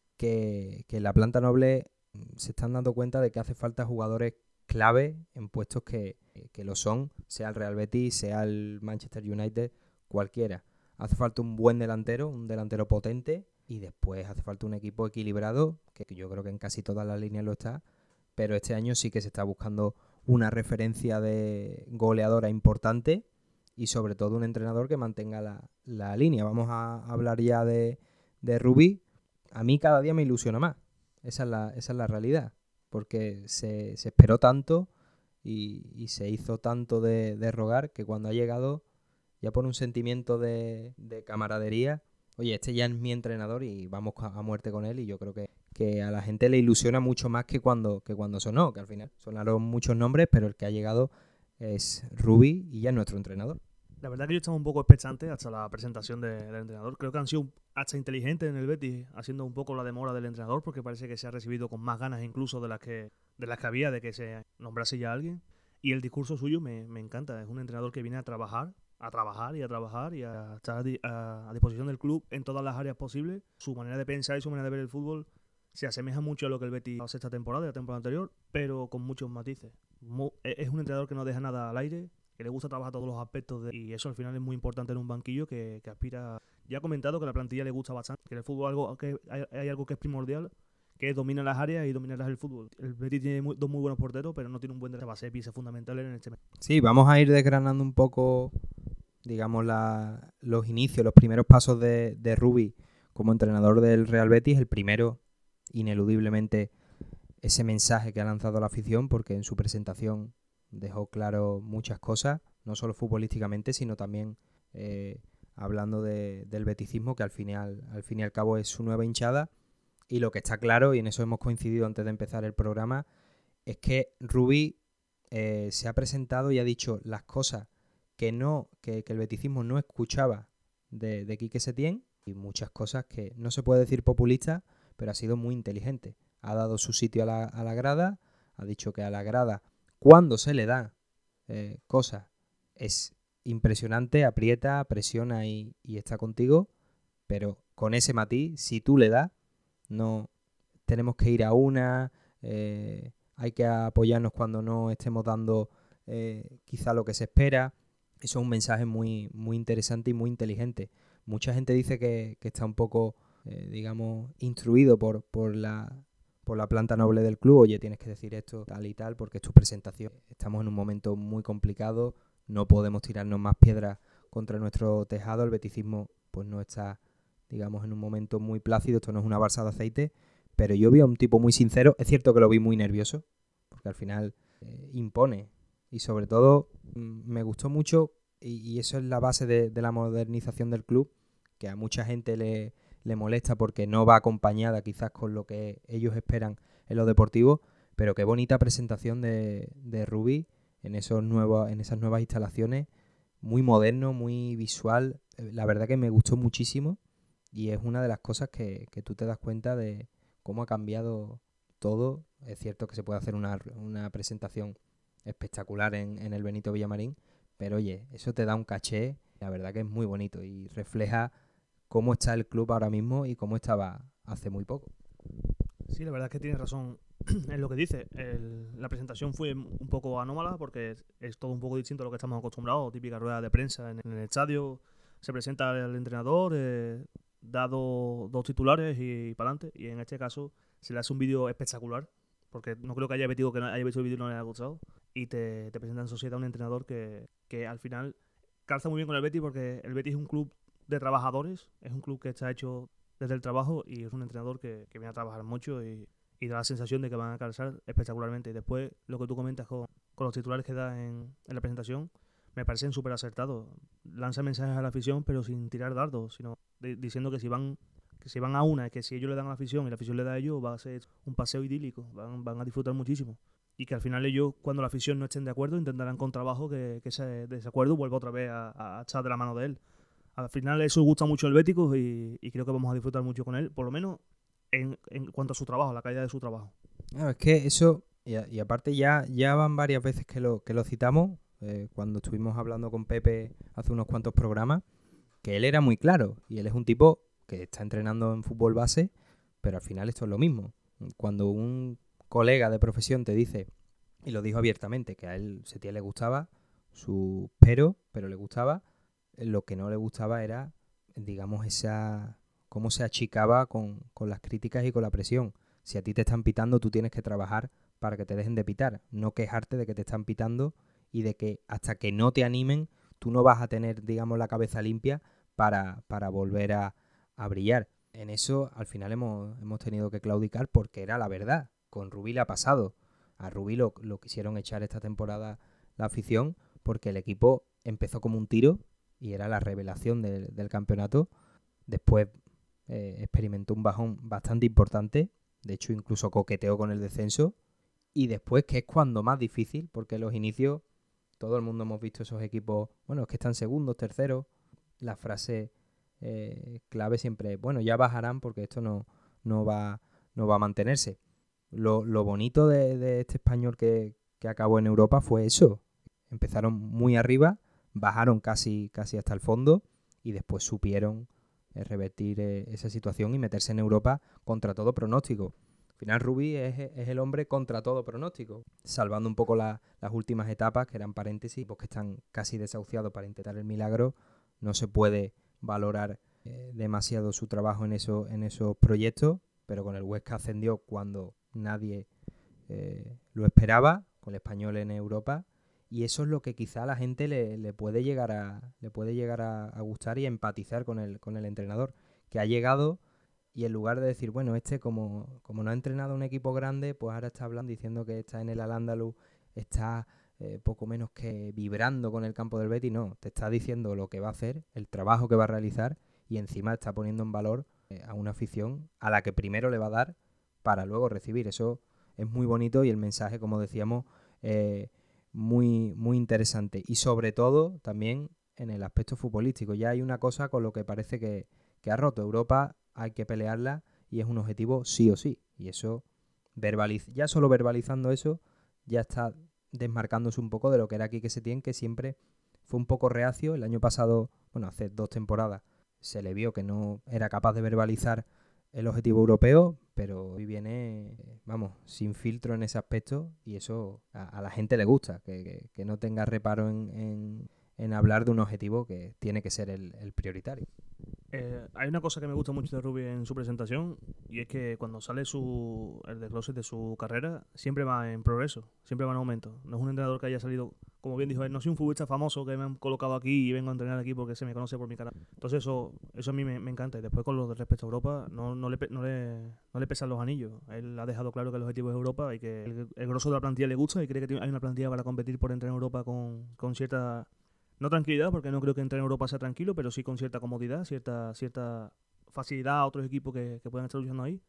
que, que en la planta noble se están dando cuenta de que hace falta jugadores clave en puestos que, que lo son, sea el Real Betis, sea el Manchester United, cualquiera. Hace falta un buen delantero, un delantero potente y después hace falta un equipo equilibrado, que yo creo que en casi todas las líneas lo está, pero este año sí que se está buscando una referencia de goleadora importante y sobre todo un entrenador que mantenga la, la línea. Vamos a hablar ya de, de Rubí. A mí cada día me ilusiona más, esa es la, esa es la realidad, porque se, se esperó tanto y, y se hizo tanto de, de rogar que cuando ha llegado ya por un sentimiento de, de camaradería, oye, este ya es mi entrenador y vamos a muerte con él y yo creo que, que a la gente le ilusiona mucho más que cuando, que cuando sonó, que al final sonaron muchos nombres, pero el que ha llegado es Rubí y ya es nuestro entrenador. La verdad que yo estaba un poco expectante hasta la presentación de, del entrenador. Creo que han sido hasta inteligentes en el Betis, haciendo un poco la demora del entrenador, porque parece que se ha recibido con más ganas incluso de las que, de las que había de que se nombrase ya a alguien. Y el discurso suyo me, me encanta. Es un entrenador que viene a trabajar, a trabajar y a trabajar y a estar a, di a, a disposición del club en todas las áreas posibles. Su manera de pensar y su manera de ver el fútbol se asemeja mucho a lo que el Betis hace esta temporada y la temporada anterior, pero con muchos matices. Mo es un entrenador que no deja nada al aire, que le gusta trabajar todos los aspectos de, y eso al final es muy importante en un banquillo que, que aspira. Ya ha comentado que la plantilla le gusta bastante, que en el fútbol algo, que hay, hay algo que es primordial, que es dominar las áreas y dominar el fútbol. El Betis tiene muy, dos muy buenos porteros, pero no tiene un buen delantero. Va a ser pieza fundamental en este mes. Sí, vamos a ir desgranando un poco, digamos, la, los inicios, los primeros pasos de, de Rubí como entrenador del Real Betis. El primero, ineludiblemente, ese mensaje que ha lanzado la afición, porque en su presentación dejó claro muchas cosas. no solo futbolísticamente, sino también eh, hablando de, del beticismo, que al final, al fin y al cabo es su nueva hinchada. Y lo que está claro, y en eso hemos coincidido antes de empezar el programa, es que Rubí eh, se ha presentado y ha dicho las cosas que no que, que el beticismo no escuchaba de, de Quique Setién, y muchas cosas que no se puede decir populista, pero ha sido muy inteligente. Ha dado su sitio a la, a la grada, ha dicho que a la grada, cuando se le da eh, cosas, es impresionante, aprieta, presiona y, y está contigo, pero con ese matiz, si tú le das, no tenemos que ir a una, eh, hay que apoyarnos cuando no estemos dando eh, quizá lo que se espera. Eso es un mensaje muy, muy interesante y muy inteligente. Mucha gente dice que, que está un poco, eh, digamos, instruido por, por, la, por la planta noble del club. Oye, tienes que decir esto, tal y tal, porque es tu presentación. Estamos en un momento muy complicado, no podemos tirarnos más piedras contra nuestro tejado. El beticismo pues no está, digamos, en un momento muy plácido. Esto no es una balsa de aceite, pero yo vi a un tipo muy sincero. Es cierto que lo vi muy nervioso, porque al final eh, impone. Y sobre todo mmm, me gustó mucho, y, y eso es la base de, de la modernización del club, que a mucha gente le, le molesta porque no va acompañada quizás con lo que ellos esperan en lo deportivo, pero qué bonita presentación de, de Rubí en, esos nuevos, en esas nuevas instalaciones, muy moderno, muy visual. La verdad que me gustó muchísimo y es una de las cosas que, que tú te das cuenta de cómo ha cambiado todo. Es cierto que se puede hacer una, una presentación espectacular en, en el Benito Villamarín, pero oye, eso te da un caché, la verdad que es muy bonito y refleja cómo está el club ahora mismo y cómo estaba hace muy poco. Sí, la verdad es que tienes razón en lo que dice. El, la presentación fue un poco anómala porque es, es todo un poco distinto a lo que estamos acostumbrados. Típica rueda de prensa en, en el estadio, se presenta el entrenador, eh, da do, dos titulares y, y para adelante. Y en este caso se le hace un vídeo espectacular, porque no creo que haya metido que no haya visto el vídeo y no le haya gustado. Y te, te presenta en sociedad un entrenador que, que al final calza muy bien con el Betis, porque el Betis es un club de trabajadores, es un club que está hecho desde el trabajo y es un entrenador que, que viene a trabajar mucho y, y da la sensación de que van a calzar espectacularmente. Y después, lo que tú comentas con, con los titulares que da en, en la presentación, me parecen súper acertados. Lanza mensajes a la afición, pero sin tirar dardos, sino de, diciendo que si van que si van a una, que si ellos le dan a la afición y la afición le da a ellos, va a ser un paseo idílico, van, van a disfrutar muchísimo. Y que al final ellos, cuando la afición no estén de acuerdo, intentarán con trabajo que, que ese desacuerdo vuelva otra vez a, a echar de la mano de él. Al final eso gusta mucho al Bético y, y creo que vamos a disfrutar mucho con él, por lo menos en, en cuanto a su trabajo, la calidad de su trabajo. No, es que eso, y, a, y aparte ya, ya van varias veces que lo, que lo citamos, eh, cuando estuvimos hablando con Pepe hace unos cuantos programas, que él era muy claro, y él es un tipo que está entrenando en fútbol base, pero al final esto es lo mismo. Cuando un colega de profesión te dice, y lo dijo abiertamente, que a él Setién le gustaba, su pero, pero le gustaba, lo que no le gustaba era, digamos, esa cómo se achicaba con, con las críticas y con la presión. Si a ti te están pitando, tú tienes que trabajar para que te dejen de pitar, no quejarte de que te están pitando y de que hasta que no te animen, tú no vas a tener, digamos, la cabeza limpia para, para volver a, a brillar. En eso, al final, hemos, hemos tenido que claudicar porque era la verdad. Con Rubí le ha pasado. A Rubí lo, lo quisieron echar esta temporada la afición porque el equipo empezó como un tiro y era la revelación de, del campeonato. Después eh, experimentó un bajón bastante importante, de hecho incluso coqueteó con el descenso, y después, que es cuando más difícil, porque los inicios, todo el mundo hemos visto esos equipos, bueno, es que están segundos, terceros, la frase eh, clave siempre es, bueno, ya bajarán porque esto no, no, va, no va a mantenerse. Lo, lo bonito de, de este español que, que acabó en Europa fue eso. Empezaron muy arriba, bajaron casi, casi hasta el fondo y después supieron eh, revertir eh, esa situación y meterse en Europa contra todo pronóstico. Al final Rubí es, es el hombre contra todo pronóstico, salvando un poco la, las últimas etapas, que eran paréntesis, porque están casi desahuciados para intentar el milagro. No se puede valorar eh, demasiado su trabajo en, eso, en esos proyectos, pero con el Huesca ascendió cuando nadie eh, lo esperaba, con el Español en Europa, y eso es lo que quizá a la gente le, le puede llegar a le puede llegar a, a gustar y a empatizar con el, con el entrenador, que ha llegado y en lugar de decir, bueno, este como, como no ha entrenado un equipo grande, pues ahora está hablando diciendo que está en el Al-Ándalus, está eh, poco menos que vibrando con el campo del Betis, no, te está diciendo lo que va a hacer, el trabajo que va a realizar y encima está poniendo en valor eh, a una afición a la que primero le va a dar para luego recibir. Eso es muy bonito y el mensaje, como decíamos, eh, muy, muy interesante. Y sobre todo también en el aspecto futbolístico. Ya hay una cosa con lo que parece que, que ha roto. Europa hay que pelearla y es un objetivo sí o sí. Y eso, verbaliz- ya solo verbalizando eso, ya está desmarcándose un poco de lo que era Quique Setién, que siempre fue un poco reacio. El año pasado, bueno, hace dos temporadas, se le vio que no era capaz de verbalizar el objetivo europeo, pero hoy viene, vamos, sin filtro en ese aspecto y eso a, a la gente le gusta, que, que, que no tenga reparo en, en, en hablar de un objetivo que tiene que ser el, el prioritario. Eh, hay una cosa que me gusta mucho de Rubi en su presentación y es que cuando sale su, el desglose de su carrera siempre va en progreso, siempre va en aumento. No es un entrenador que haya salido, como bien dijo él, no soy un futbolista famoso que me han colocado aquí y vengo a entrenar aquí porque se me conoce por mi cara. Entonces eso eso a mí me, me encanta. Y después con lo de respecto a Europa, no, no, le, no, le, no le pesan los anillos. Él ha dejado claro que el objetivo es Europa y que el, el grosso de la plantilla le gusta y cree que hay una plantilla para competir por entrar en Europa con, con cierta... No tranquilidad, porque no creo que entrar en Europa sea tranquilo, pero sí con cierta comodidad, cierta cierta facilidad a otros equipos que, que puedan estar luchando ahí.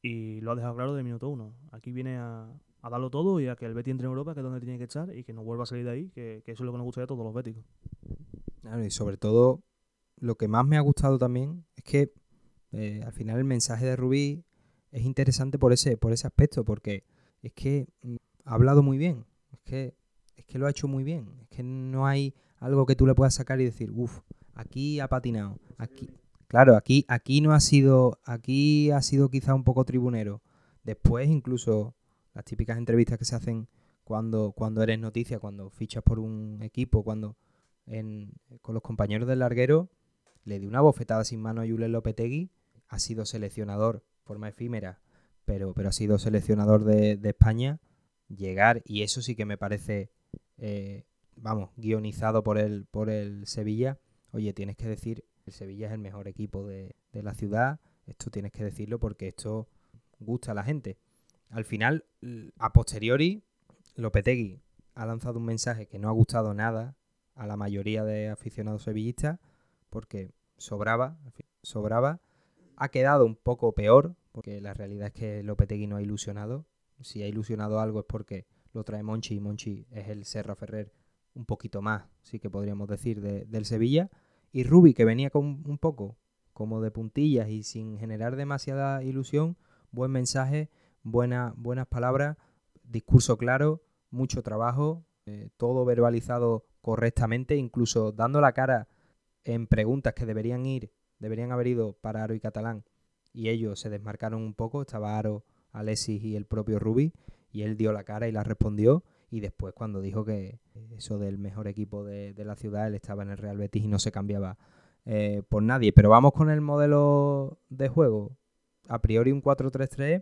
Y lo ha dejado claro de minuto uno. Aquí viene a, a darlo todo y a que el Betis entre en Europa, que es donde tiene que estar, y que no vuelva a salir de ahí, que, que eso es lo que nos gusta de todos los béticos. Claro, y sobre todo, lo que más me ha gustado también es que eh, al final el mensaje de Rubí es interesante por ese, por ese aspecto, porque es que mm, ha hablado muy bien, es que, es que lo ha hecho muy bien, es que no hay algo que tú le puedas sacar y decir, uff, aquí ha patinado, aquí, claro, aquí, aquí no ha sido, aquí ha sido quizá un poco tribunero. Después incluso las típicas entrevistas que se hacen cuando, cuando eres noticia, cuando fichas por un equipo, cuando en, con los compañeros del larguero, le dio una bofetada sin mano a Julen Lopetegui, ha sido seleccionador, forma efímera, pero, pero ha sido seleccionador de, de España, llegar, y eso sí que me parece, eh, vamos, guionizado por el, por el Sevilla. Oye, tienes que decir, el Sevilla es el mejor equipo de, de la ciudad, esto tienes que decirlo porque esto gusta a la gente. Al final, a posteriori, Lopetegui ha lanzado un mensaje que no ha gustado nada a la mayoría de aficionados sevillistas porque sobraba, sobraba. Ha quedado un poco peor porque la realidad es que Lopetegui no ha ilusionado. Si ha ilusionado algo es porque lo trae Monchi y Monchi es el Serra Ferrer un poquito más, sí que podríamos decir, de, del Sevilla. Y Rubi, que venía con un poco como de puntillas y sin generar demasiada ilusión, buen mensaje, buena, buenas palabras, discurso claro, mucho trabajo, eh, todo verbalizado correctamente, incluso dando la cara en preguntas que deberían ir, deberían haber ido para Aro y Catalán, y ellos se desmarcaron un poco, estaba Aro, Alexis y el propio Rubi, y él dio la cara y la respondió, y después cuando dijo que eso del mejor equipo de, de la ciudad, él estaba en el Real Betis y no se cambiaba eh, por nadie. Pero vamos con el modelo de juego, a priori un cuatro tres tres,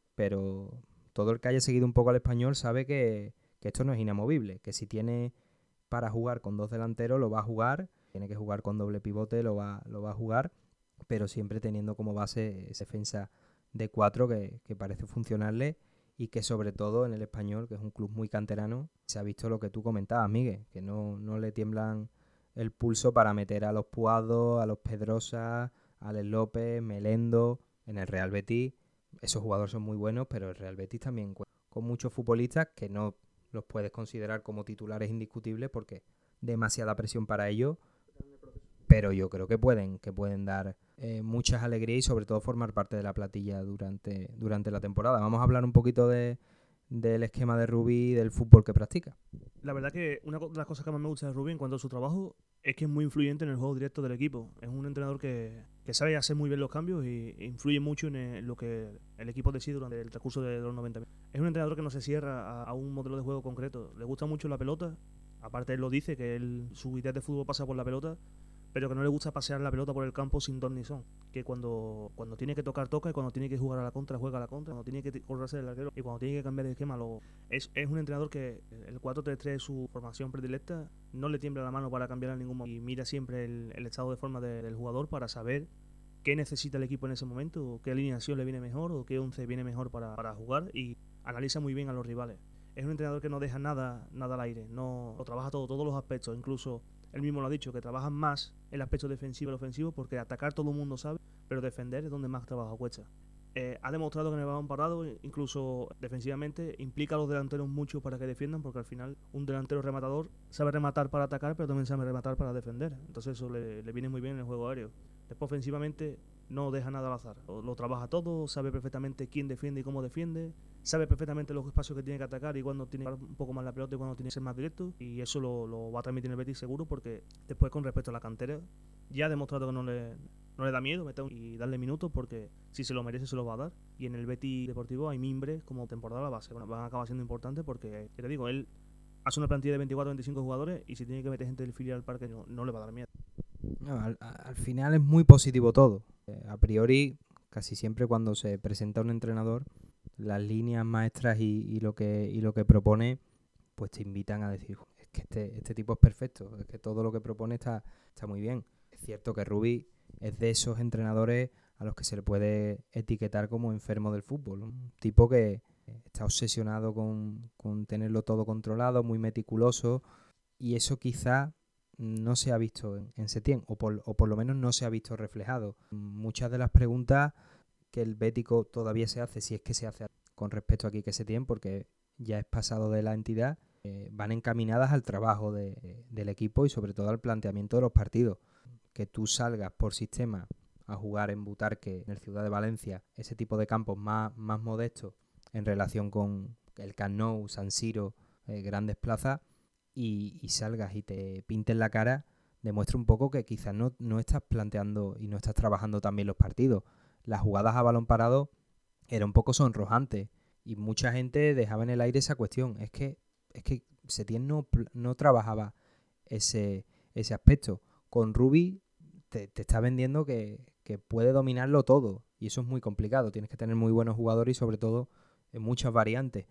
pero todo el que haya seguido un poco al español sabe que, que esto no es inamovible, que si tiene para jugar con dos delanteros lo va a jugar, tiene que jugar con doble pivote, lo va, lo va a jugar, pero siempre teniendo como base esa defensa de cuatro que, que parece funcionarle y que sobre todo en el Español, que es un club muy canterano, se ha visto lo que tú comentabas, Miguel, que no, no le tiemblan el pulso para meter a los Puados, a los Pedrosa, a Alex López, Melendo, en el Real Betis. Esos jugadores son muy buenos, pero el Real Betis también cuenta con muchos futbolistas que no los puedes considerar como titulares indiscutibles porque demasiada presión para ellos, pero yo creo que pueden, que pueden dar eh, muchas alegrías y sobre todo formar parte de la platilla durante, durante la temporada. Vamos a hablar un poquito de, del esquema de Rubí y del fútbol que practica. La verdad que una de las cosas que más me gusta de Rubí en cuanto a su trabajo es que es muy influyente en el juego directo del equipo. Es un entrenador que, que sabe hacer muy bien los cambios y influye mucho en, el, en lo que el equipo decide durante el transcurso de los noventa minutos. Es un entrenador que no se cierra a, a un modelo de juego concreto. Le gusta mucho la pelota. Aparte él lo dice, que él, su idea de fútbol pasa por la pelota, pero que no le gusta pasear la pelota por el campo sin ton ni son. Que cuando, cuando tiene que tocar, toca, y cuando tiene que jugar a la contra, juega a la contra, cuando tiene que correrse del arquero y cuando tiene que cambiar de esquema, lo es, es un entrenador que el cuatro tres tres es su formación predilecta, no le tiembla la mano para cambiar en ningún momento y mira siempre el, el estado de forma de, del jugador para saber qué necesita el equipo en ese momento, o qué alineación le viene mejor, o qué once viene mejor para, para jugar, y analiza muy bien a los rivales. es un entrenador que no deja nada, nada al aire, no lo trabaja todo, todos los aspectos, incluso él mismo lo ha dicho, que trabajan más el aspecto defensivo y el ofensivo, porque atacar todo el mundo sabe, pero defender es donde más trabajo cuesta. Eh, ha demostrado que en el balón parado, incluso defensivamente, implica a los delanteros mucho para que defiendan, porque al final un delantero rematador sabe rematar para atacar, pero también sabe rematar para defender. Entonces eso le, le viene muy bien en el juego aéreo. Después ofensivamente no deja nada al azar, lo, lo trabaja todo, sabe perfectamente quién defiende y cómo defiende, sabe perfectamente los espacios que tiene que atacar y cuando tiene que dar un poco más la pelota y cuando tiene que ser más directo, y eso lo, lo va a transmitir el Betis seguro, porque después con respecto a la cantera ya ha demostrado que no le, no le da miedo meter y darle minutos, porque si se lo merece se los va a dar, y en el Betis Deportivo hay mimbres como temporada a la base, bueno, van a acabar siendo importantes porque, ya te digo, él hace una plantilla de veinticuatro o veinticinco jugadores y si tiene que meter gente del filial al parque no, no le va a dar miedo. No, al, al final es muy positivo todo. Eh, a priori, casi siempre cuando se presenta un entrenador, las líneas maestras y, y lo que y lo que propone, pues te invitan a decir, es que este, este tipo es perfecto, es que todo lo que propone está, está muy bien. Es cierto que Rubi es de esos entrenadores a los que se le puede etiquetar como enfermo del fútbol. Un tipo que está obsesionado con, con tenerlo todo controlado, muy meticuloso, y eso quizá no se ha visto en, en Setién, o por, o por lo menos no se ha visto reflejado. Muchas de las preguntas que el bético todavía se hace, si es que se hace con respecto a Quique Setién, porque ya es pasado de la entidad, eh, van encaminadas al trabajo de, del equipo y sobre todo al planteamiento de los partidos. Que tú salgas por sistema a jugar en Butarque, en el Ciudad de Valencia, ese tipo de campos más, más modestos en relación con el Camp Nou, San Siro, eh, grandes plazas, y, y salgas y te pintes la cara, demuestra un poco que quizás no, no estás planteando y no estás trabajando también los partidos. Las jugadas a balón parado era un poco sonrojante y mucha gente dejaba en el aire esa cuestión. Es que, es que Setién no, no trabajaba ese, ese aspecto. Con Rubi te, te está vendiendo que, que puede dominarlo todo y eso es muy complicado. Tienes que tener muy buenos jugadores y sobre todo en muchas variantes.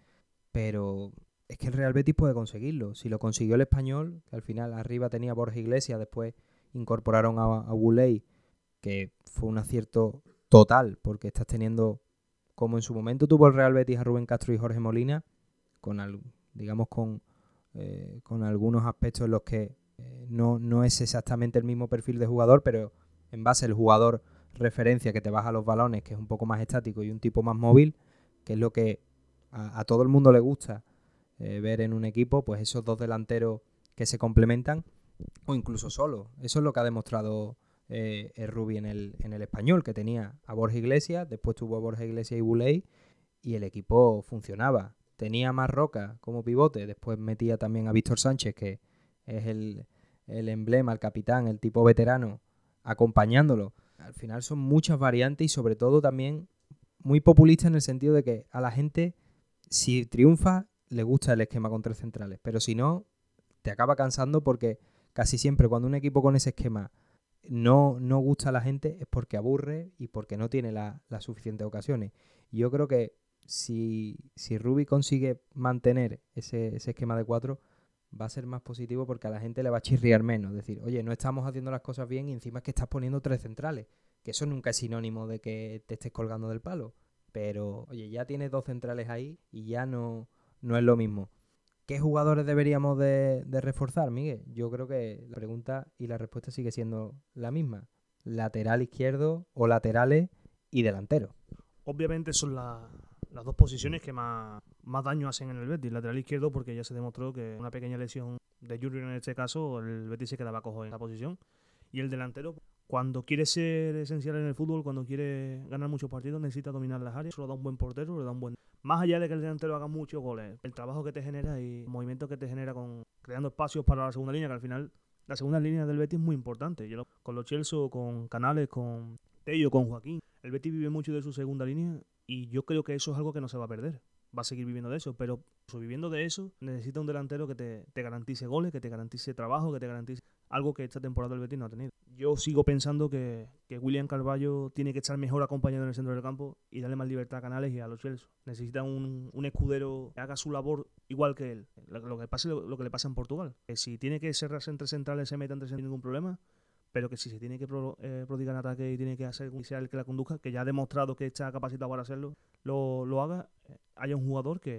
Pero es que el Real Betis puede conseguirlo. Si lo consiguió el Español, que al final arriba tenía Borja Iglesias, después incorporaron a, a Guley, que fue un acierto total, porque estás teniendo, como en su momento tuvo el Real Betis a Rubén Castro y Jorge Molina, con al, digamos con, eh, con algunos aspectos en los que eh, no, no es exactamente el mismo perfil de jugador, pero en base al jugador referencia que te baja los balones, que es un poco más estático y un tipo más móvil, que es lo que a, a todo el mundo le gusta eh, ver en un equipo, pues esos dos delanteros que se complementan, o incluso solo. Eso es lo que ha demostrado eh, el Rubi en el, en el Español, que tenía a Borja Iglesias, después tuvo a Borja Iglesias y Buley, y el equipo funcionaba. Tenía más Roca como pivote, después metía también a Víctor Sánchez, que es el, el emblema, el capitán, el tipo veterano, acompañándolo. Al final son muchas variantes y sobre todo también muy populista en el sentido de que a la gente, si triunfa, le gusta el esquema con tres centrales, pero si no, te acaba cansando porque casi siempre cuando un equipo con ese esquema no, no gusta a la gente es porque aburre y porque no tiene las la suficientes ocasiones. Y yo creo que si, si Rubi consigue mantener ese, ese esquema de cuatro, va a ser más positivo porque a la gente le va a chirriar menos. Es decir, oye, no estamos haciendo las cosas bien y encima es que estás poniendo tres centrales. Que eso nunca es sinónimo de que te estés colgando del palo. Pero, oye, ya tienes dos centrales ahí y ya no, no es lo mismo. ¿Qué jugadores deberíamos de, de reforzar, Miguel? Yo creo que la pregunta y la respuesta sigue siendo la misma. Lateral izquierdo o laterales y delantero. Obviamente son la, las dos posiciones que más, más daño hacen en el Betis. Lateral izquierdo porque ya se demostró que una pequeña lesión de Jurgen en este caso, el Betis se quedaba cojo en esa posición. Y el delantero, cuando quiere ser esencial en el fútbol, cuando quiere ganar muchos partidos, necesita dominar las áreas. Eso lo da un buen portero, le da un buen... Más allá de que el delantero haga muchos goles, el trabajo que te genera y el movimiento que te genera con creando espacios para la segunda línea, que al final la segunda línea del Betis es muy importante. Yo lo, con los Chelsea, con Canales, con Tello, con Joaquín, el Betis vive mucho de su segunda línea y yo creo que eso es algo que no se va a perder. Va a seguir viviendo de eso, pero viviendo de eso necesita un delantero que te, te garantice goles, que te garantice trabajo, que te garantice algo que esta temporada el Betis no ha tenido. Yo sigo pensando que, que William Carvalho tiene que estar mejor acompañado en el centro del campo y darle más libertad a Canales y a los Chelsea. Necesita un, un escudero que haga su labor igual que él. Lo, lo, que, pase, lo, lo que le pasa en Portugal. Que si tiene que cerrarse entre centrales, se meta entre centrales sin ningún problema, pero que si se tiene que pro, eh, prodigar en ataque y tiene que hacer que sea el que la conduzca, que ya ha demostrado que está capacitado para hacerlo, lo, lo haga, eh, haya un jugador que,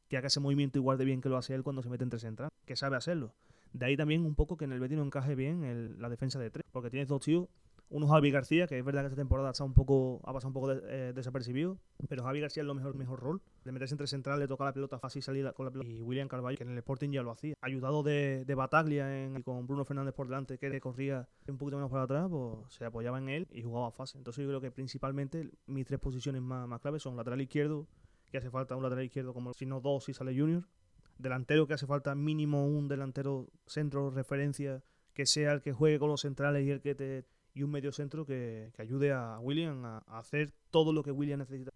que haga ese movimiento igual de bien que lo hace él cuando se mete entre central, que sabe hacerlo. De ahí también un poco que en el Betis no encaje bien el, la defensa de tres, porque tienes dos tíos. Uno es Javi García, que es verdad que esta temporada está un poco, ha pasado un poco de, eh, desapercibido, pero Javi García es lo mejor, mejor rol. De meterse entre central, le toca la pelota fácil salir con la pelota. Y William Carvalho, que en el Sporting ya lo hacía. Ayudado de, de Bataglia en, con Bruno Fernández por delante, que corría un poquito menos para atrás, pues se apoyaba en él y jugaba fácil. Entonces yo creo que principalmente mis tres posiciones más, más claves son lateral izquierdo, que hace falta un lateral izquierdo como si no dos si sale Junior. Delantero, que hace falta mínimo un delantero centro, referencia, que sea el que juegue con los centrales y el que te... y un medio centro que, que ayude a William a, a hacer todo lo que William necesita.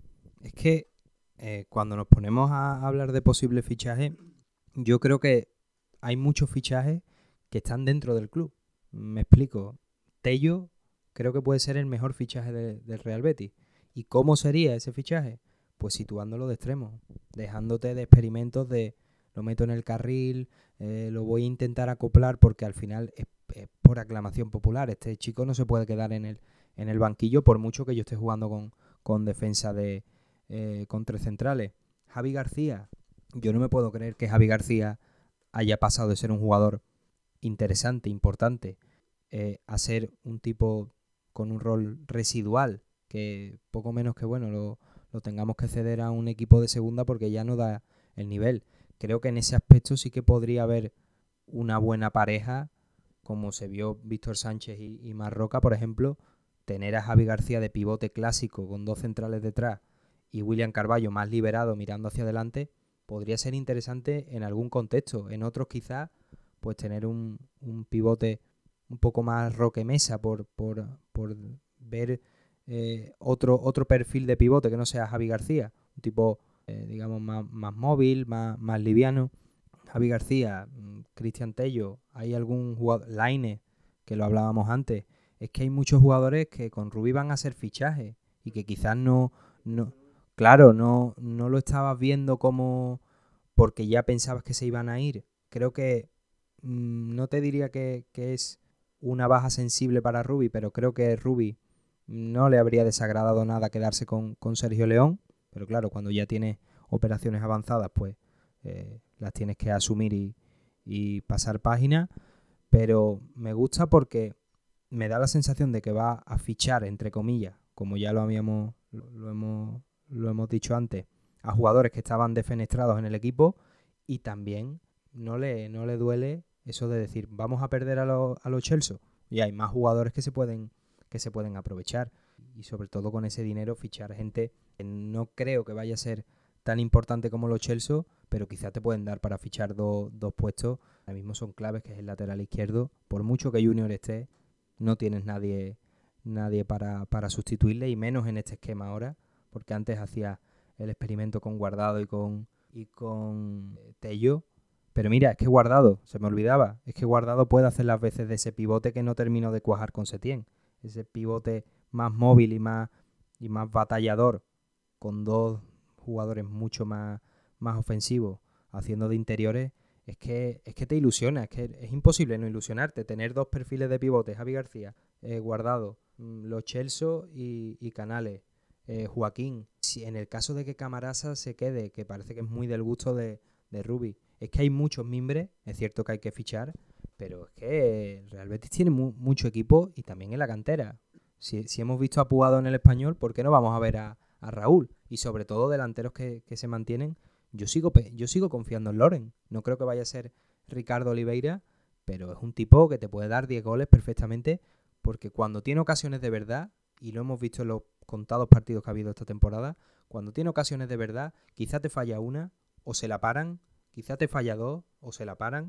Es que eh, cuando nos ponemos a hablar de posibles fichajes, yo creo que hay muchos fichajes que están dentro del club. Me explico. Tello creo que puede ser el mejor fichaje de, del Real Betis. ¿Y cómo sería ese fichaje? Pues situándolo de extremo, dejándote de experimentos de lo meto en el carril, eh, lo voy a intentar acoplar porque al final es, es por aclamación popular. Este chico no se puede quedar en el, en el banquillo por mucho que yo esté jugando con, con defensa de eh, con tres centrales. Javi García, yo no me puedo creer que Javi García haya pasado de ser un jugador interesante, importante, eh, a ser un tipo con un rol residual, que poco menos que bueno, lo, lo tengamos que ceder a un equipo de segunda porque ya no da el nivel. Creo que en ese aspecto sí que podría haber una buena pareja, como se vio Víctor Sánchez y, y Marroca, por ejemplo, tener a Javi García de pivote clásico con dos centrales detrás y William Carvalho más liberado mirando hacia adelante, podría ser interesante en algún contexto. En otros quizás, pues tener un, un pivote un poco más Roque Mesa por, por, por ver eh, otro, otro perfil de pivote que no sea Javi García, un tipo, eh, digamos, más, más móvil, más, más liviano. Javi García, Cristian Tello, hay algún jugador, Laine, que lo hablábamos antes. Es que hay muchos jugadores que con Rubí van a ser fichajes y que quizás no, no claro, no, no lo estabas viendo como porque ya pensabas que se iban a ir. Creo que mmm, no te diría que, que es una baja sensible para Rubí, pero creo que Rubí no le habría desagradado nada quedarse con, con Sergio León, pero claro, cuando ya tienes operaciones avanzadas, pues eh, las tienes que asumir y, y pasar página, pero me gusta porque me da la sensación de que va a fichar, entre comillas, como ya lo habíamos lo, lo hemos, lo hemos dicho antes, a jugadores que estaban defenestrados en el equipo y también no le, no le duele eso de decir, vamos a perder a, lo, a los Chelsea y hay más jugadores que se pueden que se pueden aprovechar y sobre todo con ese dinero fichar gente que no creo que vaya a ser tan importante como los Chelsea, pero quizás te pueden dar para fichar do, dos puestos. Ahora mismo son claves, que es el lateral izquierdo. Por mucho que Junior esté, no tienes nadie nadie para, para sustituirle, y menos en este esquema ahora, porque antes hacía el experimento con Guardado y con, y con Tello. Pero mira, es que Guardado, se me olvidaba, es que Guardado puede hacer las veces de ese pivote que no terminó de cuajar con Setién. Ese pivote más móvil y más, y más batallador, con dos jugadores mucho más, más ofensivos, haciendo de interiores, es que, es que te ilusiona, es que es imposible no ilusionarte. Tener dos perfiles de pivote, Javi García, eh, Guardado, Los Chelsea y, y Canales, eh, Joaquín. Si en el caso de que Camarasa se quede, que parece que es muy del gusto de, de Rubí, es que hay muchos mimbres, es cierto que hay que fichar, pero es que el Real Betis tiene mu mucho equipo y también en la cantera. Si, si hemos visto a Puado en el Español, ¿por qué no vamos a ver a, a Raúl? Y sobre todo delanteros que, que se mantienen. Yo sigo, yo sigo confiando en Loren. No creo que vaya a ser Ricardo Oliveira, pero es un tipo que te puede dar diez goles perfectamente, porque cuando tiene ocasiones de verdad, y lo hemos visto en los contados partidos que ha habido esta temporada, cuando tiene ocasiones de verdad, quizá te falla una, o se la paran, quizá te falla dos, o se la paran,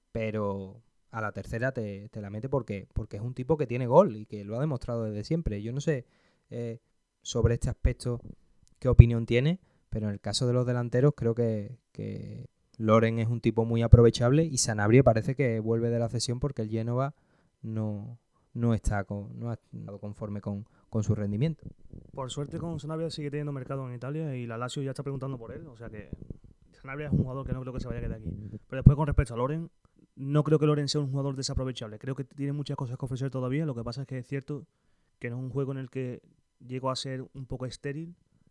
pero a la tercera te, te la mete porque, porque es un tipo que tiene gol y que lo ha demostrado desde siempre. Yo no sé eh, sobre este aspecto qué opinión tiene, pero en el caso de los delanteros creo que, que Loren es un tipo muy aprovechable y Sanabria parece que vuelve de la cesión porque el Génova no, no está con, no ha estado conforme con, con su rendimiento. Por suerte con Sanabria sigue teniendo mercado en Italia y la Lazio ya está preguntando por él, o sea que Sanabria es un jugador que no creo que se vaya a quedar aquí. Pero después con respecto a Loren, no creo que Loren sea un jugador desaprovechable, creo que tiene muchas cosas que ofrecer todavía, lo que pasa es que es cierto que no es un juego en el que llegó a ser un poco estéril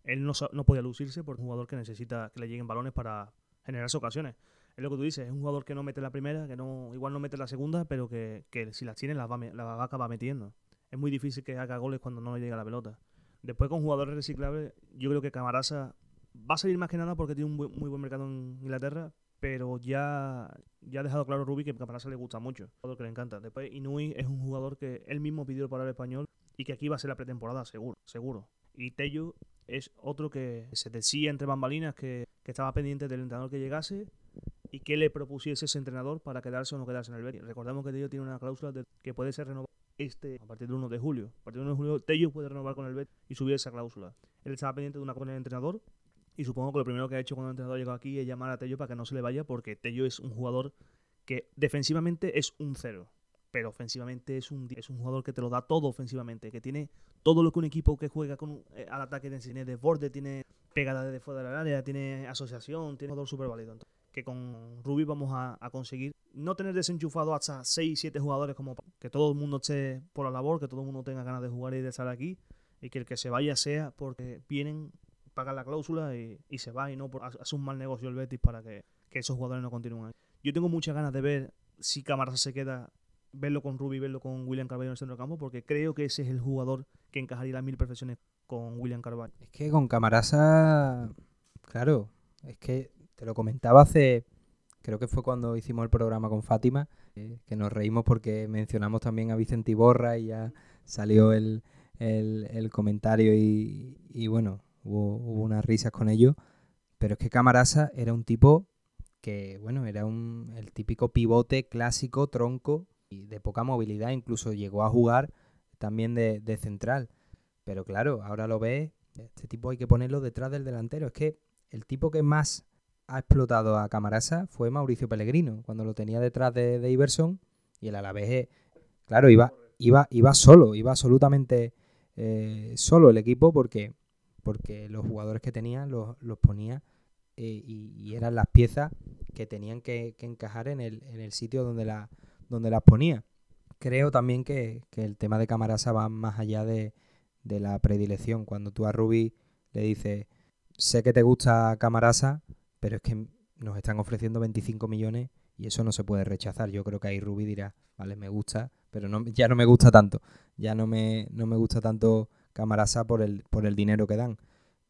él no, no podía lucirse porque es un jugador que necesita que le lleguen balones para generarse ocasiones. Es lo que tú dices, es un jugador que no mete la primera, que no igual no mete la segunda, pero que, que si las tiene las va, las va a acabar metiendo. Es muy difícil que haga goles cuando no le llega la pelota. Después con jugadores reciclables, yo creo que Camarasa va a salir más que nada porque tiene un muy, muy buen mercado en Inglaterra, pero ya, ya ha dejado claro Rubi que Camarasa le gusta mucho, un jugador que le encanta. Después Inui es un jugador que él mismo pidió para el español y que aquí va a ser la pretemporada, seguro, seguro. Y Tello es otro que se decía entre bambalinas que, que estaba pendiente del entrenador que llegase y que le propusiese ese entrenador para quedarse o no quedarse en el Betis. Recordemos que Tello tiene una cláusula de que puede ser renovado este a partir del uno de julio. A partir del uno de julio Tello puede renovar con el Betis y subir esa cláusula. Él estaba pendiente de una cosa con el entrenador y supongo que lo primero que ha hecho cuando el entrenador llegó aquí es llamar a Tello para que no se le vaya, porque Tello es un jugador que defensivamente es un cero, pero ofensivamente es un, es un jugador que te lo da todo ofensivamente, que tiene todo lo que un equipo que juega con eh, al ataque tiene desborde, tiene pegada desde fuera del área, tiene asociación, tiene un jugador súper válido. Entonces, que con Rubi vamos a, a conseguir no tener desenchufado hasta seis siete jugadores, como que todo el mundo esté por la labor, que todo el mundo tenga ganas de jugar y de estar aquí, y que el que se vaya sea porque vienen, pagan la cláusula y, y se va, y no por, hace un mal negocio el Betis para que, que esos jugadores no continúen ahí. Yo tengo muchas ganas de ver si Camarasa se queda, verlo con Rubi, verlo con William Carvalho en el centro del campo, porque creo que ese es el jugador que encajaría las mil perfecciones con William Carvalho. Es que con Camarasa, claro, es que te lo comentaba hace, creo que fue cuando hicimos el programa con Fátima, eh, que nos reímos porque mencionamos también a Vicente Iborra y ya salió el, el, el comentario y, y bueno, hubo, hubo unas risas con ello, pero es que Camarasa era un tipo que, bueno, era un, el típico pivote clásico, tronco y de poca movilidad, incluso llegó a jugar también de, de central. Pero claro, ahora lo ves, este tipo hay que ponerlo detrás del delantero. Es que el tipo que más ha explotado a Camarasa fue Mauricio Pellegrino, cuando lo tenía detrás de, de Iverson, y el Alavés, claro, iba, iba, iba solo, iba absolutamente eh, solo el equipo porque, porque los jugadores que tenía los, los ponía eh, y, y eran las piezas que tenían que, que encajar en el, en el sitio donde, la, donde las ponía. Creo también que, que el tema de Camarasa va más allá de, de la predilección. Cuando tú a Rubi le dices, sé que te gusta Camarasa, pero es que nos están ofreciendo veinticinco millones y eso no se puede rechazar. Yo creo que ahí Rubi dirá, vale, me gusta, pero no, ya no me gusta tanto. Ya no me, no me gusta tanto Camarasa por el, por el dinero que dan.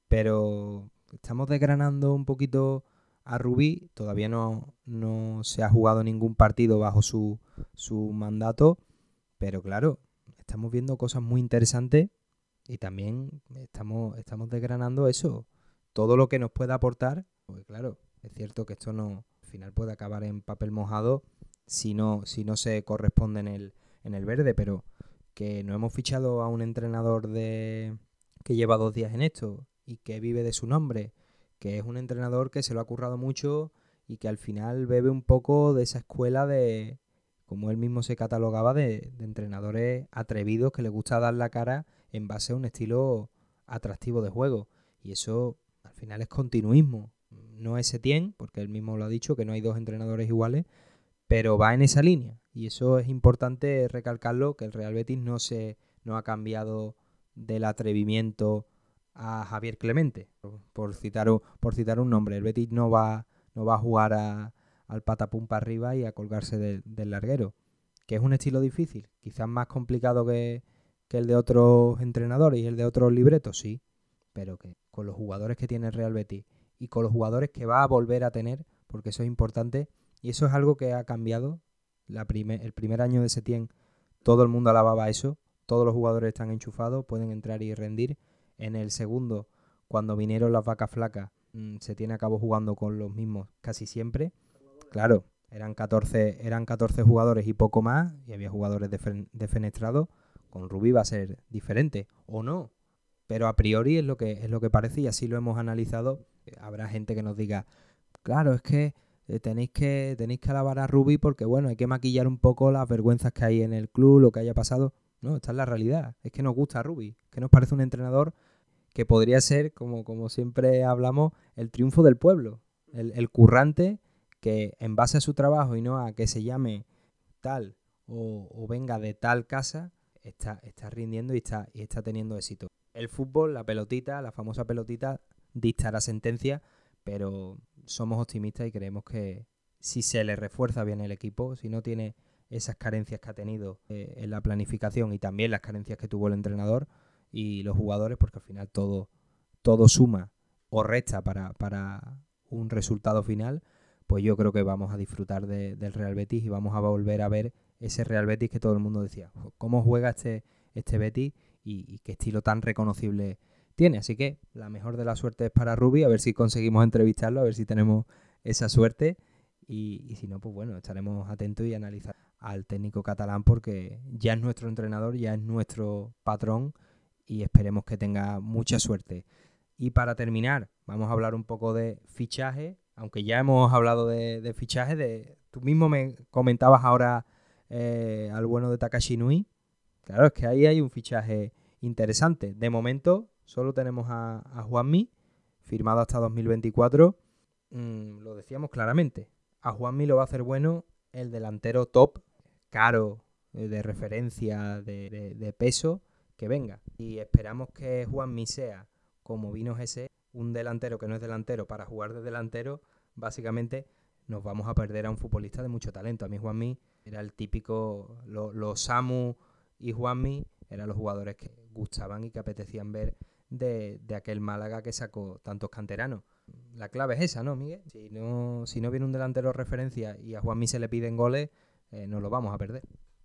Pero estamos desgranando un poquito a Rubi. Todavía no, no se ha jugado ningún partido bajo su, su mandato. Pero claro, estamos viendo cosas muy interesantes y también estamos, estamos desgranando eso. Todo lo que nos pueda aportar. Porque claro, es cierto que esto no al final puede acabar en papel mojado si no, si no se corresponde en el, en el verde. Pero que no hemos fichado a un entrenador de que lleva dos días en esto y que vive de su nombre, que es un entrenador que se lo ha currado mucho y que al final bebe un poco de esa escuela de, como él mismo se catalogaba, de, de entrenadores atrevidos que les gusta dar la cara en base a un estilo atractivo de juego. Y eso al final es continuismo. No es Setién, porque él mismo lo ha dicho, que no hay dos entrenadores iguales, pero va en esa línea. Y eso es importante recalcarlo, que el Real Betis no, se, no ha cambiado del atrevimiento a Javier Clemente, por, por, citar, por citar un nombre. El Betis no va, no va a jugar a, al patapum para arriba y a colgarse de, del larguero, que es un estilo difícil, quizás más complicado que, que el de otros entrenadores y el de otros libretos, sí, pero que con los jugadores que tiene el Real Betis y con los jugadores que va a volver a tener, porque eso es importante, y eso es algo que ha cambiado. La prime, el primer año de Setién todo el mundo alababa eso, todos los jugadores están enchufados, pueden entrar y rendir. En el segundo, cuando vinieron las vacas flacas, mmm, Setién acabó jugando con los mismos casi siempre. Claro, eran catorce, eran catorce jugadores y poco más, y había jugadores defenestrados. Con Rubi va a ser diferente, o no, pero a priori es lo que, es lo que parece y así lo hemos analizado. Habrá gente que nos diga, claro, es que eh, tenéis que tenéis que alabar a Rubi porque bueno, hay que maquillar un poco las vergüenzas que hay en el club, lo que haya pasado. No, esta es la realidad, es que nos gusta Rubi, que nos parece un entrenador que podría ser, como, como siempre hablamos, el triunfo del pueblo, el, el currante que en base a su trabajo y no a que se llame tal o, o venga de tal casa, está, está rindiendo y está, y está teniendo éxito. el fútbol, la pelotita, la famosa pelotita, dictará sentencia, pero somos optimistas y creemos que si se le refuerza bien el equipo, si no tiene esas carencias que ha tenido eh, en la planificación y también las carencias que tuvo el entrenador y los jugadores, porque al final todo, todo suma o resta para, para un resultado final, pues yo creo que vamos a disfrutar de, del Real Betis y vamos a volver a ver ese Real Betis que todo el mundo decía, ¿cómo juega este, este Betis y, y qué estilo tan reconocible tiene? Así que la mejor de las suertes es para Rubi, a ver si conseguimos entrevistarlo, a ver si tenemos esa suerte y, y si no, pues bueno, estaremos atentos y analizar al técnico catalán porque ya es nuestro entrenador, ya es nuestro patrón y esperemos que tenga mucha suerte. Y para terminar, vamos a hablar un poco de fichaje, aunque ya hemos hablado de, de fichaje, de, tú mismo me comentabas ahora eh, al bueno de Takashi Inui. Claro, es que ahí hay un fichaje interesante. De momento solo tenemos a, a Juanmi, firmado hasta dos mil veinticuatro. Mm, lo decíamos claramente, a Juanmi lo va a hacer bueno el delantero top, caro, eh, de referencia, de, de, de peso, que venga. Y esperamos que Juanmi sea, como vino G S, un delantero que no es delantero para jugar de delantero. Básicamente nos vamos a perder a un futbolista de mucho talento. A mí Juanmi era el típico, los lo Samu y Juanmi eran los jugadores que gustaban y que apetecían ver de, de aquel Málaga que sacó tantos canteranos. La clave es esa, ¿no, Miguel? Si no, si no viene un delantero referencia y a Juanmi se le piden goles, eh, nos lo vamos a perder.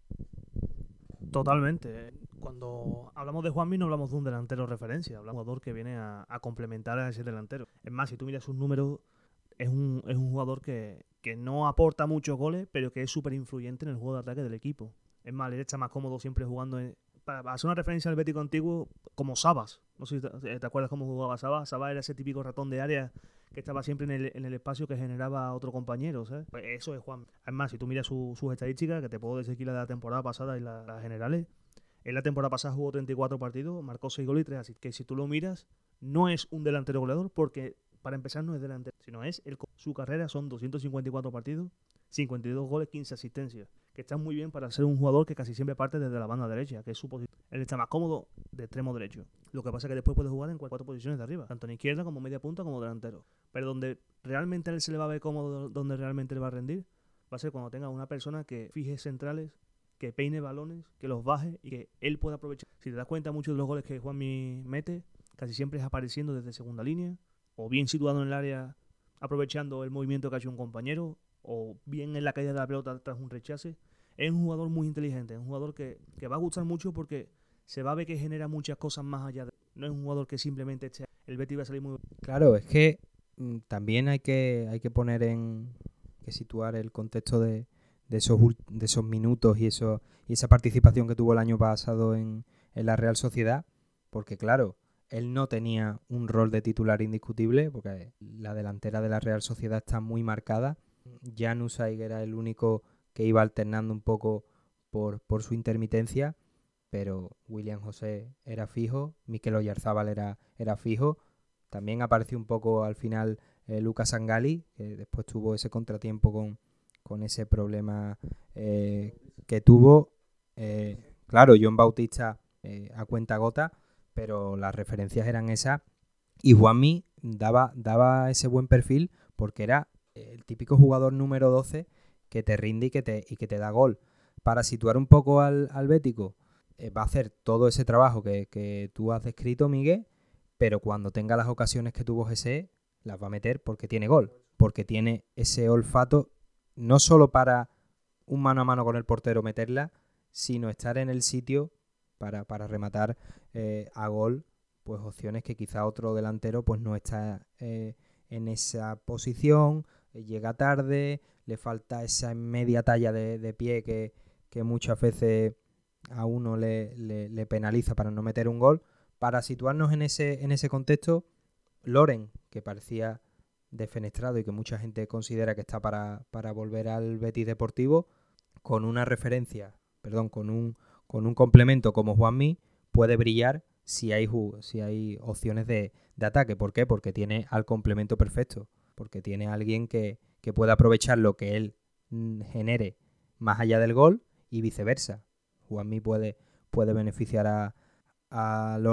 Totalmente. Cuando hablamos de Juanmi no hablamos de un delantero referencia, hablamos de un jugador que viene a, a complementar a ese delantero. Es más, si tú miras sus números, es un, es un jugador que, que no aporta muchos goles, pero que es súper influyente en el juego de ataque del equipo. Es más, le está más cómodo siempre jugando en, para hacer una referencia al Bético antiguo, como Sabas. No sé si te, te acuerdas cómo jugaba Sabas. Sabas era ese típico ratón de área que estaba siempre en el, en el espacio que generaba a otro compañero, ¿sabes? Pues eso es Juan. Además, si tú miras su, sus estadísticas, que te puedo decir aquí la de la temporada pasada y la, las generales, en la temporada pasada jugó treinta y cuatro partidos, marcó seis goles y tres, así que si tú lo miras, no es un delantero goleador porque, para empezar, no es delantero, sino es el, su carrera son doscientos cincuenta y cuatro partidos, cincuenta y dos goles, quince asistencias, que está muy bien para ser un jugador que casi siempre parte desde la banda derecha, que es su posición. Él está más cómodo de extremo derecho. Lo que pasa es que después puede jugar en cuatro posiciones de arriba, tanto en izquierda como media punta como delantero. Pero donde realmente a él se le va a ver cómodo, donde realmente le va a rendir, va a ser cuando tenga una persona que fije centrales, que peine balones, que los baje y que él pueda aprovechar. Si te das cuenta, muchos de los goles que Juanmi mete casi siempre es apareciendo desde segunda línea, o bien situado en el área aprovechando el movimiento que ha hecho un compañero, o bien en la caída de la pelota tras un rechace. Es un jugador muy inteligente, es un jugador que, que va a gustar mucho porque se va a ver que genera muchas cosas más allá de... No es un jugador que simplemente eche... El Betis va a salir muy... Claro, es que mm, también hay que, hay que poner en... que situar el contexto de, de, esos, de esos minutos y, eso, y esa participación que tuvo el año pasado en, en la Real Sociedad, porque claro, él no tenía un rol de titular indiscutible, porque la delantera de la Real Sociedad está muy marcada. Jan Usaig era el único que iba alternando un poco por, por su intermitencia, pero William José era fijo, Mikel Oyarzábal era, era fijo. También apareció un poco al final eh, Lucas Angali, que después tuvo ese contratiempo con, con ese problema eh, que tuvo. Eh, claro, John Bautista eh, a cuenta gota, pero las referencias eran esas. Y Juanmi daba, daba ese buen perfil porque era el típico jugador número doce que te rinde y que te, y que te da gol. Para situar un poco al, al Bético, eh, va a hacer todo ese trabajo que, que tú has descrito, Miguel, pero cuando tenga las ocasiones que tuvo G S, las va a meter porque tiene gol, porque tiene ese olfato no solo para un mano a mano con el portero meterla, sino estar en el sitio para, para rematar eh, a gol, pues opciones que quizá otro delantero pues no está eh, en esa posición, eh, llega tarde, le falta esa media talla de, de pie que, que muchas veces a uno le, le, le penaliza para no meter un gol. Para situarnos en ese, en ese contexto, Loren, que parecía defenestrado y que mucha gente considera que está para, para volver al Betis Deportivo, con una referencia, perdón, con un, con un complemento como Juanmi, puede brillar si hay, si hay opciones de, de ataque. ¿Por qué? Porque tiene al complemento perfecto, porque tiene a alguien que, que pueda aprovechar lo que él genere más allá del gol y viceversa. Juanmi puede, puede beneficiar a, a Loren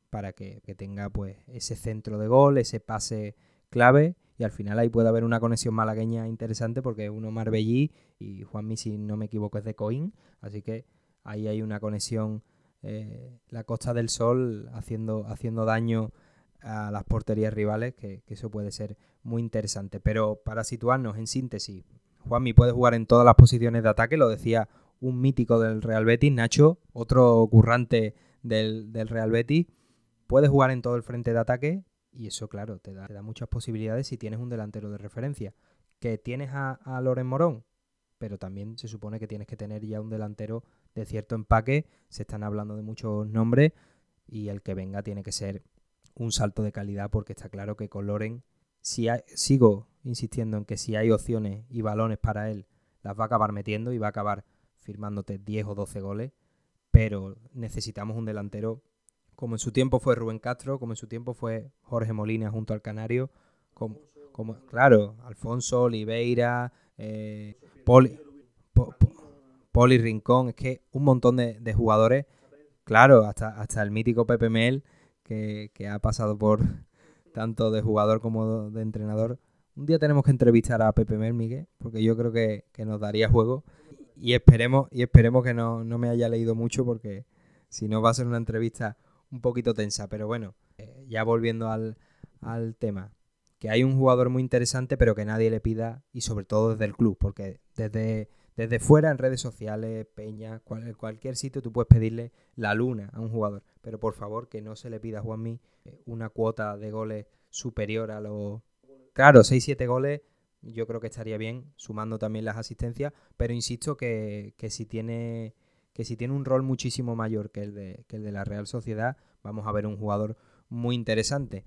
para que, que tenga pues ese centro de gol, ese pase clave, y al final ahí puede haber una conexión malagueña interesante porque uno Marbellí y Juanmi, si no me equivoco, es de Coín, así que ahí hay una conexión, eh, la Costa del Sol haciendo, haciendo daño a las porterías rivales, que, que eso puede ser muy interesante. Pero para situarnos en síntesis, Juanmi puede jugar en todas las posiciones de ataque, lo decía un mítico del Real Betis, Nacho, otro currante del, del Real Betis, puede jugar en todo el frente de ataque y eso, claro, te da, te da muchas posibilidades si tienes un delantero de referencia. Que tienes a, a Loren Morón, pero también se supone que tienes que tener ya un delantero de cierto empaque, se están hablando de muchos nombres y el que venga tiene que ser un salto de calidad porque está claro que con Loren, si hay, sigo insistiendo en que si hay opciones y balones para él, las va a acabar metiendo y va a acabar firmándote diez o doce goles, pero necesitamos un delantero como en su tiempo fue Rubén Castro, como en su tiempo fue Jorge Molina junto al Canario, como, como claro, Alfonso, Oliveira, eh, Poli, po, po, Poli Rincón, es que un montón de, de jugadores, claro, hasta, hasta el mítico Pepe Mel, que, que ha pasado por tanto de jugador como de entrenador. Un día tenemos que entrevistar a Pepe Mel, Miguel, porque yo creo que, que nos daría juego y esperemos, y esperemos que no, no me haya leído mucho porque si no va a ser una entrevista un poquito tensa, pero bueno, eh, ya volviendo al, al tema, que hay un jugador muy interesante pero que nadie le pida y sobre todo desde el club, porque desde, desde fuera en redes sociales, Peña, cual, cualquier sitio tú puedes pedirle la luna a un jugador, pero por favor que no se le pida a Juanmi una cuota de goles superior a los... Claro, seis siete goles yo creo que estaría bien, sumando también las asistencias, pero insisto que, que si tiene... que si tiene un rol muchísimo mayor que el de, que el de la Real Sociedad, vamos a ver un jugador muy interesante.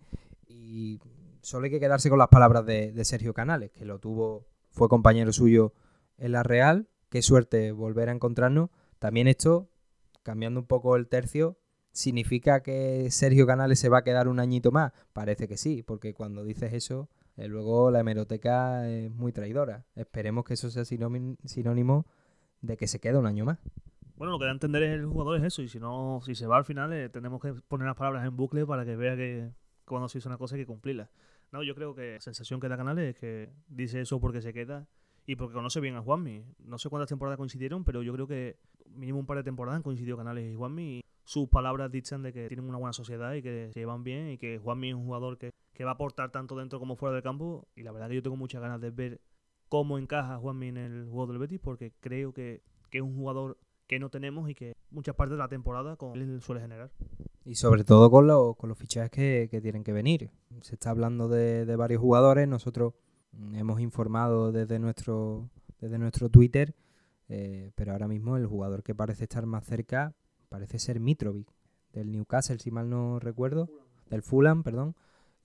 Y solo hay que quedarse con las palabras de, de Sergio Canales, que lo tuvo, fue compañero suyo en la Real. Qué suerte volver a encontrarnos. También esto, cambiando un poco el tercio, ¿significa que Sergio Canales se va a quedar un añito más? Parece que sí, porque cuando dices eso, eh, luego la hemeroteca es muy traidora. Esperemos que eso sea sinónimo de que se quede un año más. Bueno, lo que da a entender es el jugador es eso, y si no, si se va al final, eh, tenemos que poner las palabras en bucle para que vea que cuando se hizo una cosa hay que cumplirla. No, yo creo que la sensación que da Canales es que dice eso porque se queda y porque conoce bien a Juanmi. No sé cuántas temporadas coincidieron, pero yo creo que mínimo un par de temporadas han coincidido Canales y Juanmi. Y sus palabras dictan de que tienen una buena sociedad y que se llevan bien y que Juanmi es un jugador que, que va a aportar tanto dentro como fuera del campo. Y la verdad que yo tengo muchas ganas de ver cómo encaja Juanmi en el juego del Betis porque creo que, que es un jugador que no tenemos y que muchas partes de la temporada con él suele generar. Y sobre todo con, lo, con los fichajes que, que tienen que venir. Se está hablando de, de varios jugadores. Nosotros hemos informado desde nuestro, desde nuestro Twitter, eh, pero ahora mismo el jugador que parece estar más cerca parece ser Mitrovic, del Newcastle, si mal no recuerdo, del Fulham, perdón.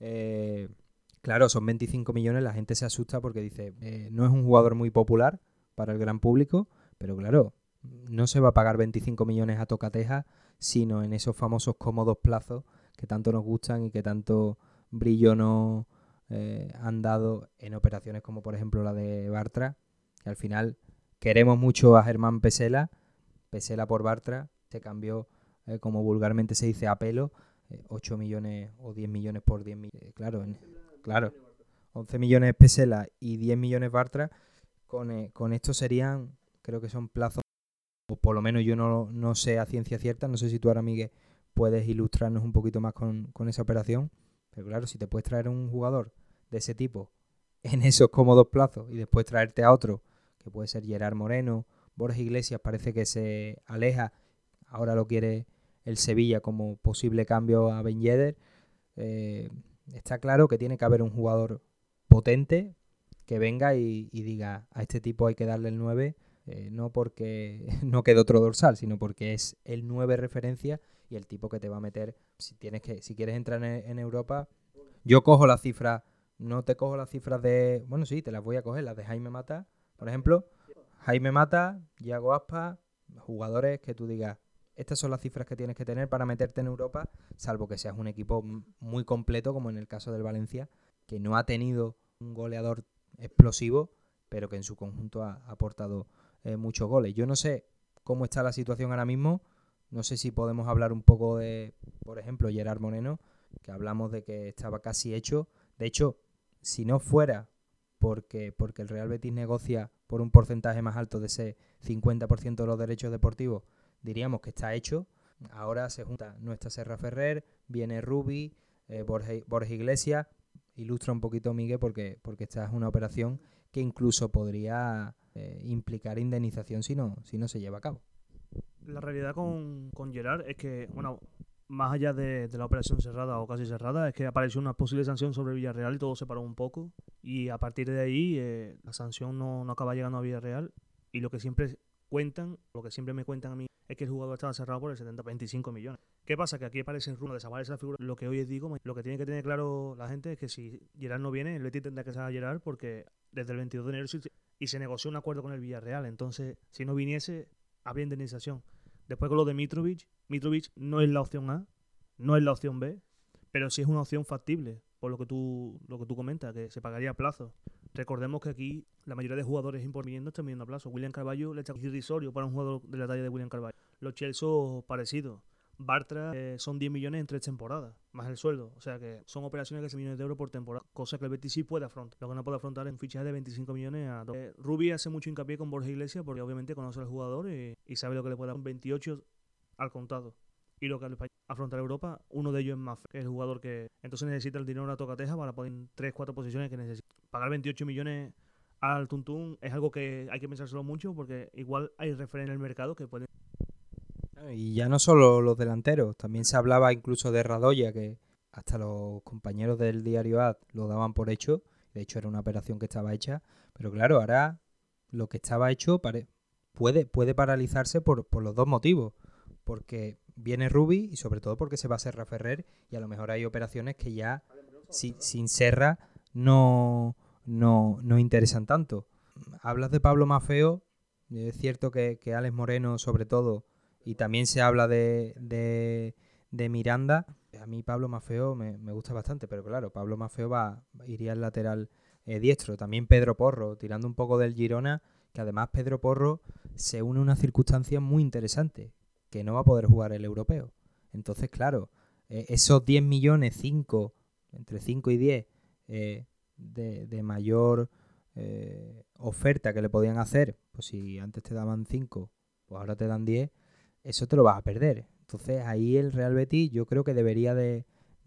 Eh, claro, son veinticinco millones, la gente se asusta porque dice, eh, no es un jugador muy popular para el gran público, pero claro, no se va a pagar veinticinco millones a tocateja, sino en esos famosos cómodos plazos que tanto nos gustan y que tanto brillo nos eh, han dado en operaciones como por ejemplo la de Bartra, que al final queremos mucho a Germán Pesela, Pesela por Bartra, se cambió, eh, como vulgarmente se dice, a pelo, eh, ocho millones o diez millones por diez millones, eh, claro, en, claro, once millones Pesela y diez millones Bartra, con, eh, con esto serían, creo que son plazos, o por lo menos yo no, no sé a ciencia cierta, no sé si tú ahora, Miguel, puedes ilustrarnos un poquito más con, con esa operación, pero claro, si te puedes traer un jugador de ese tipo en esos cómodos plazos y después traerte a otro, que puede ser Gerard Moreno, Borja Iglesias parece que se aleja, ahora lo quiere el Sevilla como posible cambio a Ben Yedder, eh, está claro que tiene que haber un jugador potente que venga y, y diga, a este tipo hay que darle el nueve, eh, no porque no quede otro dorsal, sino porque es el nueve referencia y el tipo que te va a meter, si tienes que si quieres entrar en, en Europa, yo cojo las cifras, no te cojo las cifras de, bueno, sí, te las voy a coger, las de Jaime Mata, por ejemplo, Jaime Mata, Iago Aspas, jugadores que tú digas, estas son las cifras que tienes que tener para meterte en Europa, salvo que seas un equipo muy completo, como en el caso del Valencia, que no ha tenido un goleador explosivo, pero que en su conjunto ha, ha aportado eh, muchos goles. Yo no sé cómo está la situación ahora mismo, No sé si podemos hablar un poco de, por ejemplo, Gerard Moreno, que hablamos de que estaba casi hecho. De hecho, si no fuera porque, porque el Real Betis negocia por un porcentaje más alto de ese cincuenta por ciento de los derechos deportivos, diríamos que está hecho. Ahora se junta nuestra Serra Ferrer, viene Rubi, eh, Borja, Borja Iglesias. Ilustra un poquito, Miguel, porque, porque esta es una operación que incluso podría eh, implicar indemnización si no, si no se lleva a cabo. La realidad con, con Gerard es que, bueno, más allá de, de la operación cerrada o casi cerrada, es que apareció una posible sanción sobre Villarreal y todo se paró un poco. Y a partir de ahí, eh, la sanción no, no acaba llegando a Villarreal. Y lo que siempre cuentan, lo que siempre me cuentan a mí, es que el jugador estaba cerrado por el setenta a veinticinco millones. ¿Qué pasa? Que aquí aparece el rumbo, desaparece la figura. Lo que hoy digo, lo que tiene que tener claro la gente es que si Gerard no viene, el Betis tendrá que sacar a Gerard porque desde el veintidós de enero y se negoció un acuerdo con el Villarreal. Entonces, si no viniese, habría indemnización. Después con lo de Mitrovic, Mitrovic no es la opción A, no es la opción B, pero sí es una opción factible, por lo que tú lo que tú comentas, que se pagaría a plazo. Recordemos que aquí la mayoría de jugadores importantes están viendo a plazo. William Carvalho le echa irrisorio para un jugador de la talla de William Carvalho. Los Chelsea parecidos. Bartra eh, son diez millones en tres temporadas, más el sueldo. O sea que son operaciones de seis millones de euros por temporada, cosa que el Betis sí puede afrontar. Lo que no puede afrontar es un fichaje de veinticinco millones a dos. Eh, Rubi hace mucho hincapié con Borja Iglesias porque obviamente conoce al jugador y, y sabe lo que le puede dar un veintiocho al contado. Y lo que al afrontar Europa, uno de ellos es más, que es el jugador que entonces necesita el dinero de la tocateja para poner en tres cuatro posiciones que necesita. Pagar veintiocho millones al Tuntún es algo que hay que pensárselo mucho porque igual hay referentes en el mercado que pueden. Y ya no solo los delanteros, también se hablaba incluso de Radoya, que hasta los compañeros del diario A D lo daban por hecho. De hecho, era una operación que estaba hecha. Pero claro, ahora lo que estaba hecho pare- puede, puede paralizarse por, por los dos motivos. Porque viene Rubi y sobre todo porque se va a Serra Ferrer y a lo mejor hay operaciones que ya si, sin Serra no, no, no interesan tanto. Hablas de Pablo Maffeo, es cierto que, que Alex Moreno sobre todo, y también se habla de, de, de Miranda. A mí Pablo Maffeo me, me gusta bastante, pero claro, Pablo Maffeo va, iría al lateral eh, diestro. También Pedro Porro, tirando un poco del Girona, que además Pedro Porro se une a una circunstancia muy interesante, que no va a poder jugar el europeo. Entonces, claro, eh, esos diez millones, cinco, entre cinco y diez, eh, de, de mayor eh, oferta que le podían hacer, pues si antes te daban cinco, pues ahora te dan diez, eso te lo vas a perder. Entonces ahí el Real Betis yo creo que debería de,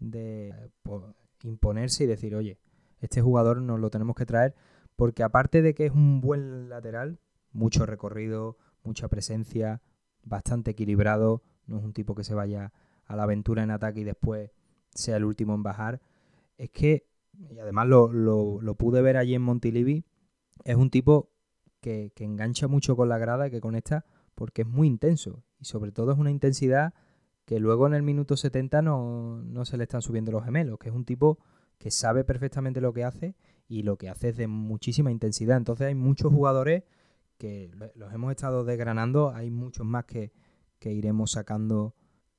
de pues, imponerse y decir, oye, este jugador nos lo tenemos que traer, porque aparte de que es un buen lateral, mucho recorrido, mucha presencia, bastante equilibrado, no es un tipo que se vaya a la aventura en ataque y después sea el último en bajar. Es que, y además lo, lo, lo pude ver allí en Montilivi, es un tipo que, que engancha mucho con la grada y que conecta porque es muy intenso y sobre todo es una intensidad que luego en el minuto setenta no, no se le están subiendo los gemelos, que es un tipo que sabe perfectamente lo que hace y lo que hace es de muchísima intensidad. Entonces hay muchos jugadores que los hemos estado desgranando, hay muchos más que, que iremos sacando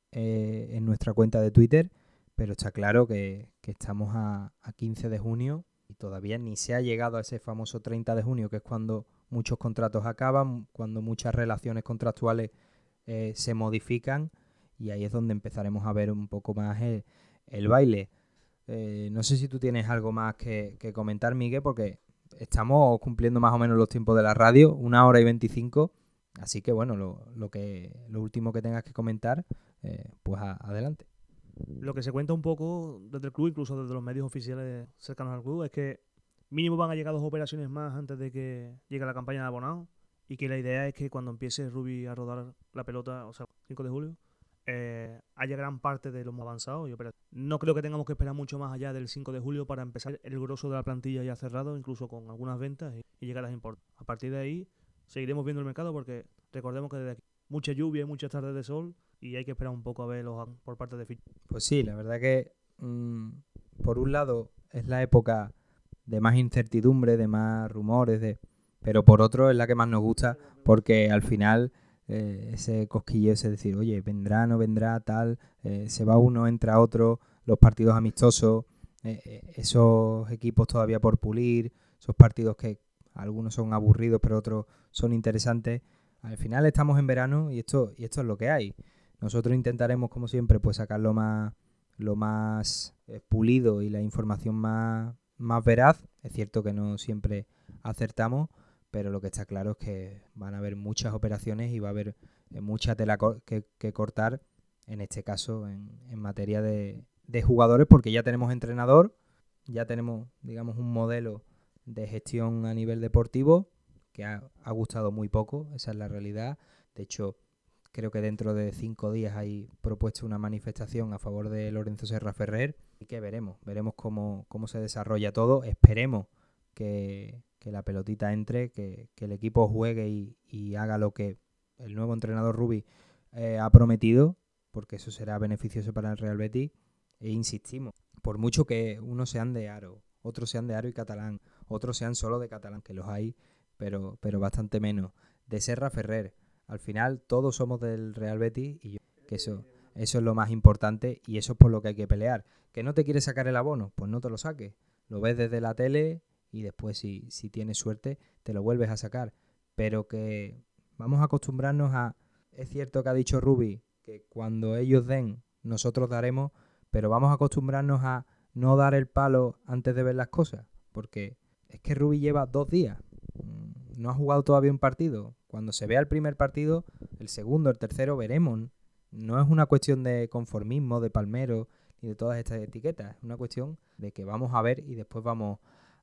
eh, en nuestra cuenta de Twitter, pero está claro que, que estamos a, a quince de junio y todavía ni se ha llegado a ese famoso treinta de junio, que es cuando muchos contratos acaban, cuando muchas relaciones contractuales eh, se modifican y ahí es donde empezaremos a ver un poco más el, el baile. Eh, no sé si tú tienes algo más que, que comentar, Miguel, porque estamos cumpliendo más o menos los tiempos de la radio, una hora y veinticinco, así que bueno, lo, lo, que, lo último que tengas que comentar, eh, pues a, adelante. Lo que se cuenta un poco desde el club, incluso desde los medios oficiales cercanos al club, es que mínimo van a llegar dos operaciones más antes de que llegue la campaña de abonados y que la idea es que cuando empiece Rubi a rodar la pelota, o sea, cinco de julio, eh, haya gran parte de los más avanzados y operaciones. No creo que tengamos que esperar mucho más allá del cinco de julio para empezar el grosso de la plantilla ya cerrado, incluso con algunas ventas y, y llegar a las importantes. A partir de ahí seguiremos viendo el mercado porque recordemos que desde aquí mucha lluvia y muchas tardes de sol y hay que esperar un poco a ver los por parte de Fitch. Pues sí, la verdad que mmm, por un lado es la época de más incertidumbre, de más rumores, de pero por otro es la que más nos gusta porque al final eh, ese cosquilleo es decir, oye, vendrá, no vendrá, tal, eh, se va uno, entra otro, los partidos amistosos, eh, eh, esos equipos todavía por pulir, esos partidos que algunos son aburridos pero otros son interesantes. Al final estamos en verano y esto, y esto es lo que hay. Nosotros intentaremos, como siempre, pues sacar lo más, lo más eh, pulido y la información más, más veraz. Es cierto que no siempre acertamos, pero lo que está claro es que van a haber muchas operaciones y va a haber eh, mucha tela co- que, que cortar, en este caso, en, en materia de, de jugadores, porque ya tenemos entrenador, ya tenemos, digamos, un modelo de gestión a nivel deportivo que ha, ha gustado muy poco, esa es la realidad. De hecho, creo que dentro de cinco días hay propuesto una manifestación a favor de Lorenzo Serra Ferrer y que veremos, veremos cómo, cómo se desarrolla todo. Esperemos que, que la pelotita entre, que, que el equipo juegue y, y haga lo que el nuevo entrenador Rubi eh, ha prometido, porque eso será beneficioso para el Real Betis. E insistimos, por mucho que unos sean de Aro, otros sean de Aro y Catalán, otros sean solo de Catalán, que los hay, pero, pero bastante menos, de Serra Ferrer, al final todos somos del Real Betis y yo, que eso, eso es lo más importante y eso es por lo que hay que pelear. ¿Que no te quieres sacar el abono? Pues no te lo saques. Lo ves desde la tele y después si, si tienes suerte te lo vuelves a sacar. Pero que vamos a acostumbrarnos a... Es cierto que ha dicho Rubi que cuando ellos den, nosotros daremos, pero vamos a acostumbrarnos a no dar el palo antes de ver las cosas. Porque es que Rubi lleva dos días. No ha jugado todavía un partido. Cuando se vea el primer partido, el segundo, el tercero, veremos. No es una cuestión de conformismo, de palmero, ni de todas estas etiquetas. Es una cuestión de que vamos a ver y después vamos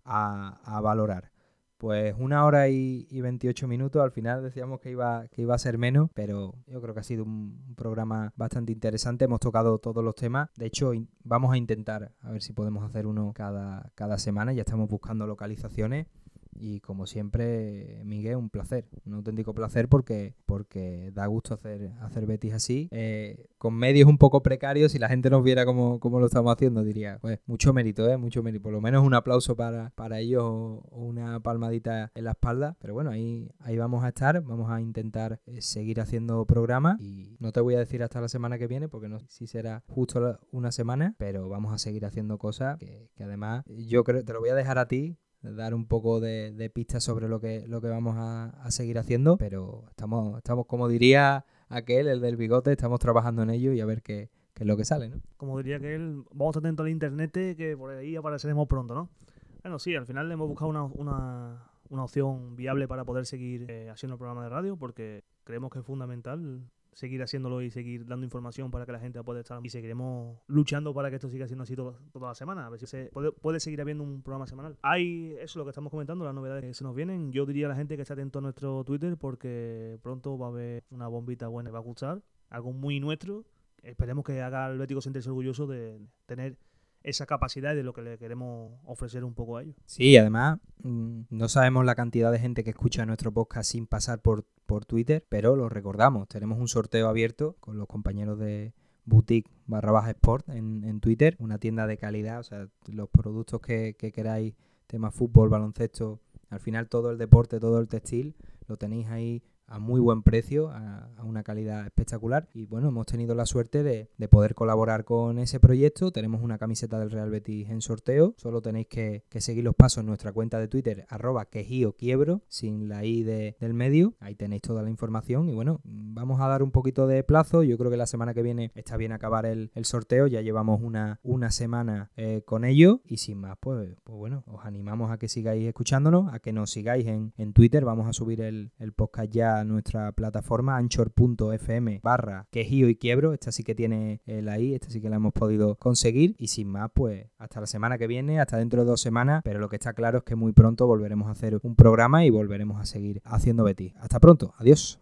a, a valorar. Pues una hora y, y veintiocho minutos. Al final decíamos que iba, que iba a ser menos, pero yo creo que ha sido un, un programa bastante interesante. Hemos tocado todos los temas. De hecho, in, vamos a intentar a ver si podemos hacer uno cada, cada semana. Ya estamos buscando localizaciones. Y como siempre, Miguel, un placer, un auténtico placer porque, porque da gusto hacer, hacer Betis así, eh, con medios un poco precarios. Si la gente nos viera cómo, cómo lo estamos haciendo, diría, pues mucho mérito, ¿eh? Mucho mérito, por lo menos un aplauso para, para ellos o, o una palmadita en la espalda. Pero bueno, ahí, ahí vamos a estar, vamos a intentar eh, seguir haciendo programas y no te voy a decir hasta la semana que viene porque no sé si será justo la, una semana, pero vamos a seguir haciendo cosas que, que además yo creo, te lo voy a dejar a ti, dar un poco de, de pistas sobre lo que, lo que vamos a, a seguir haciendo, pero estamos, estamos, como diría aquel, el del bigote, estamos trabajando en ello y a ver qué, qué es lo que sale, ¿no? Como diría aquel, vamos atentos al internet que por ahí apareceremos pronto, ¿no? Bueno, sí, al final hemos buscado una, una, una opción viable para poder seguir eh, haciendo el programa de radio porque creemos que es fundamental seguir haciéndolo y seguir dando información para que la gente pueda estar y seguiremos luchando para que esto siga siendo así todo, toda la semana, a ver si se puede, puede seguir habiendo un programa semanal. Hay eso, lo que estamos comentando, las novedades que se nos vienen. Yo diría a la gente que esté atento a nuestro Twitter porque pronto va a haber una bombita buena y va a gustar, algo muy nuestro. Esperemos que haga al Bético sentirse orgulloso de tener esa capacidad de lo que le queremos ofrecer un poco a ellos. Sí, además mmm, no sabemos la cantidad de gente que escucha nuestro podcast sin pasar por, por Twitter, pero lo recordamos, tenemos un sorteo abierto con los compañeros de Boutique barra baja Sport en, en Twitter, una tienda de calidad, o sea, los productos que, que queráis, tema fútbol, baloncesto, al final todo el deporte, todo el textil, lo tenéis ahí a muy buen precio, a, a una calidad espectacular y bueno, hemos tenido la suerte de, de poder colaborar con ese proyecto. Tenemos una camiseta del Real Betis en sorteo, solo tenéis que, que seguir los pasos en nuestra cuenta de Twitter, arroba quejío quiebro, sin la i de, del medio, ahí tenéis toda la información y bueno, vamos a dar un poquito de plazo. Yo creo que la semana que viene está bien acabar el, el sorteo, ya llevamos una, una semana eh, con ello y sin más, pues, pues bueno, os animamos a que sigáis escuchándonos, a que nos sigáis en, en Twitter. Vamos a subir el, el podcast ya a nuestra plataforma anchor punto f m barra quejío y quiebro. Esta sí que tiene eh, la i, esta sí que la hemos podido conseguir y sin más, pues hasta la semana que viene, hasta dentro de dos semanas, pero lo que está claro es que muy pronto volveremos a hacer un programa y volveremos a seguir haciendo Betis. Hasta pronto, adiós.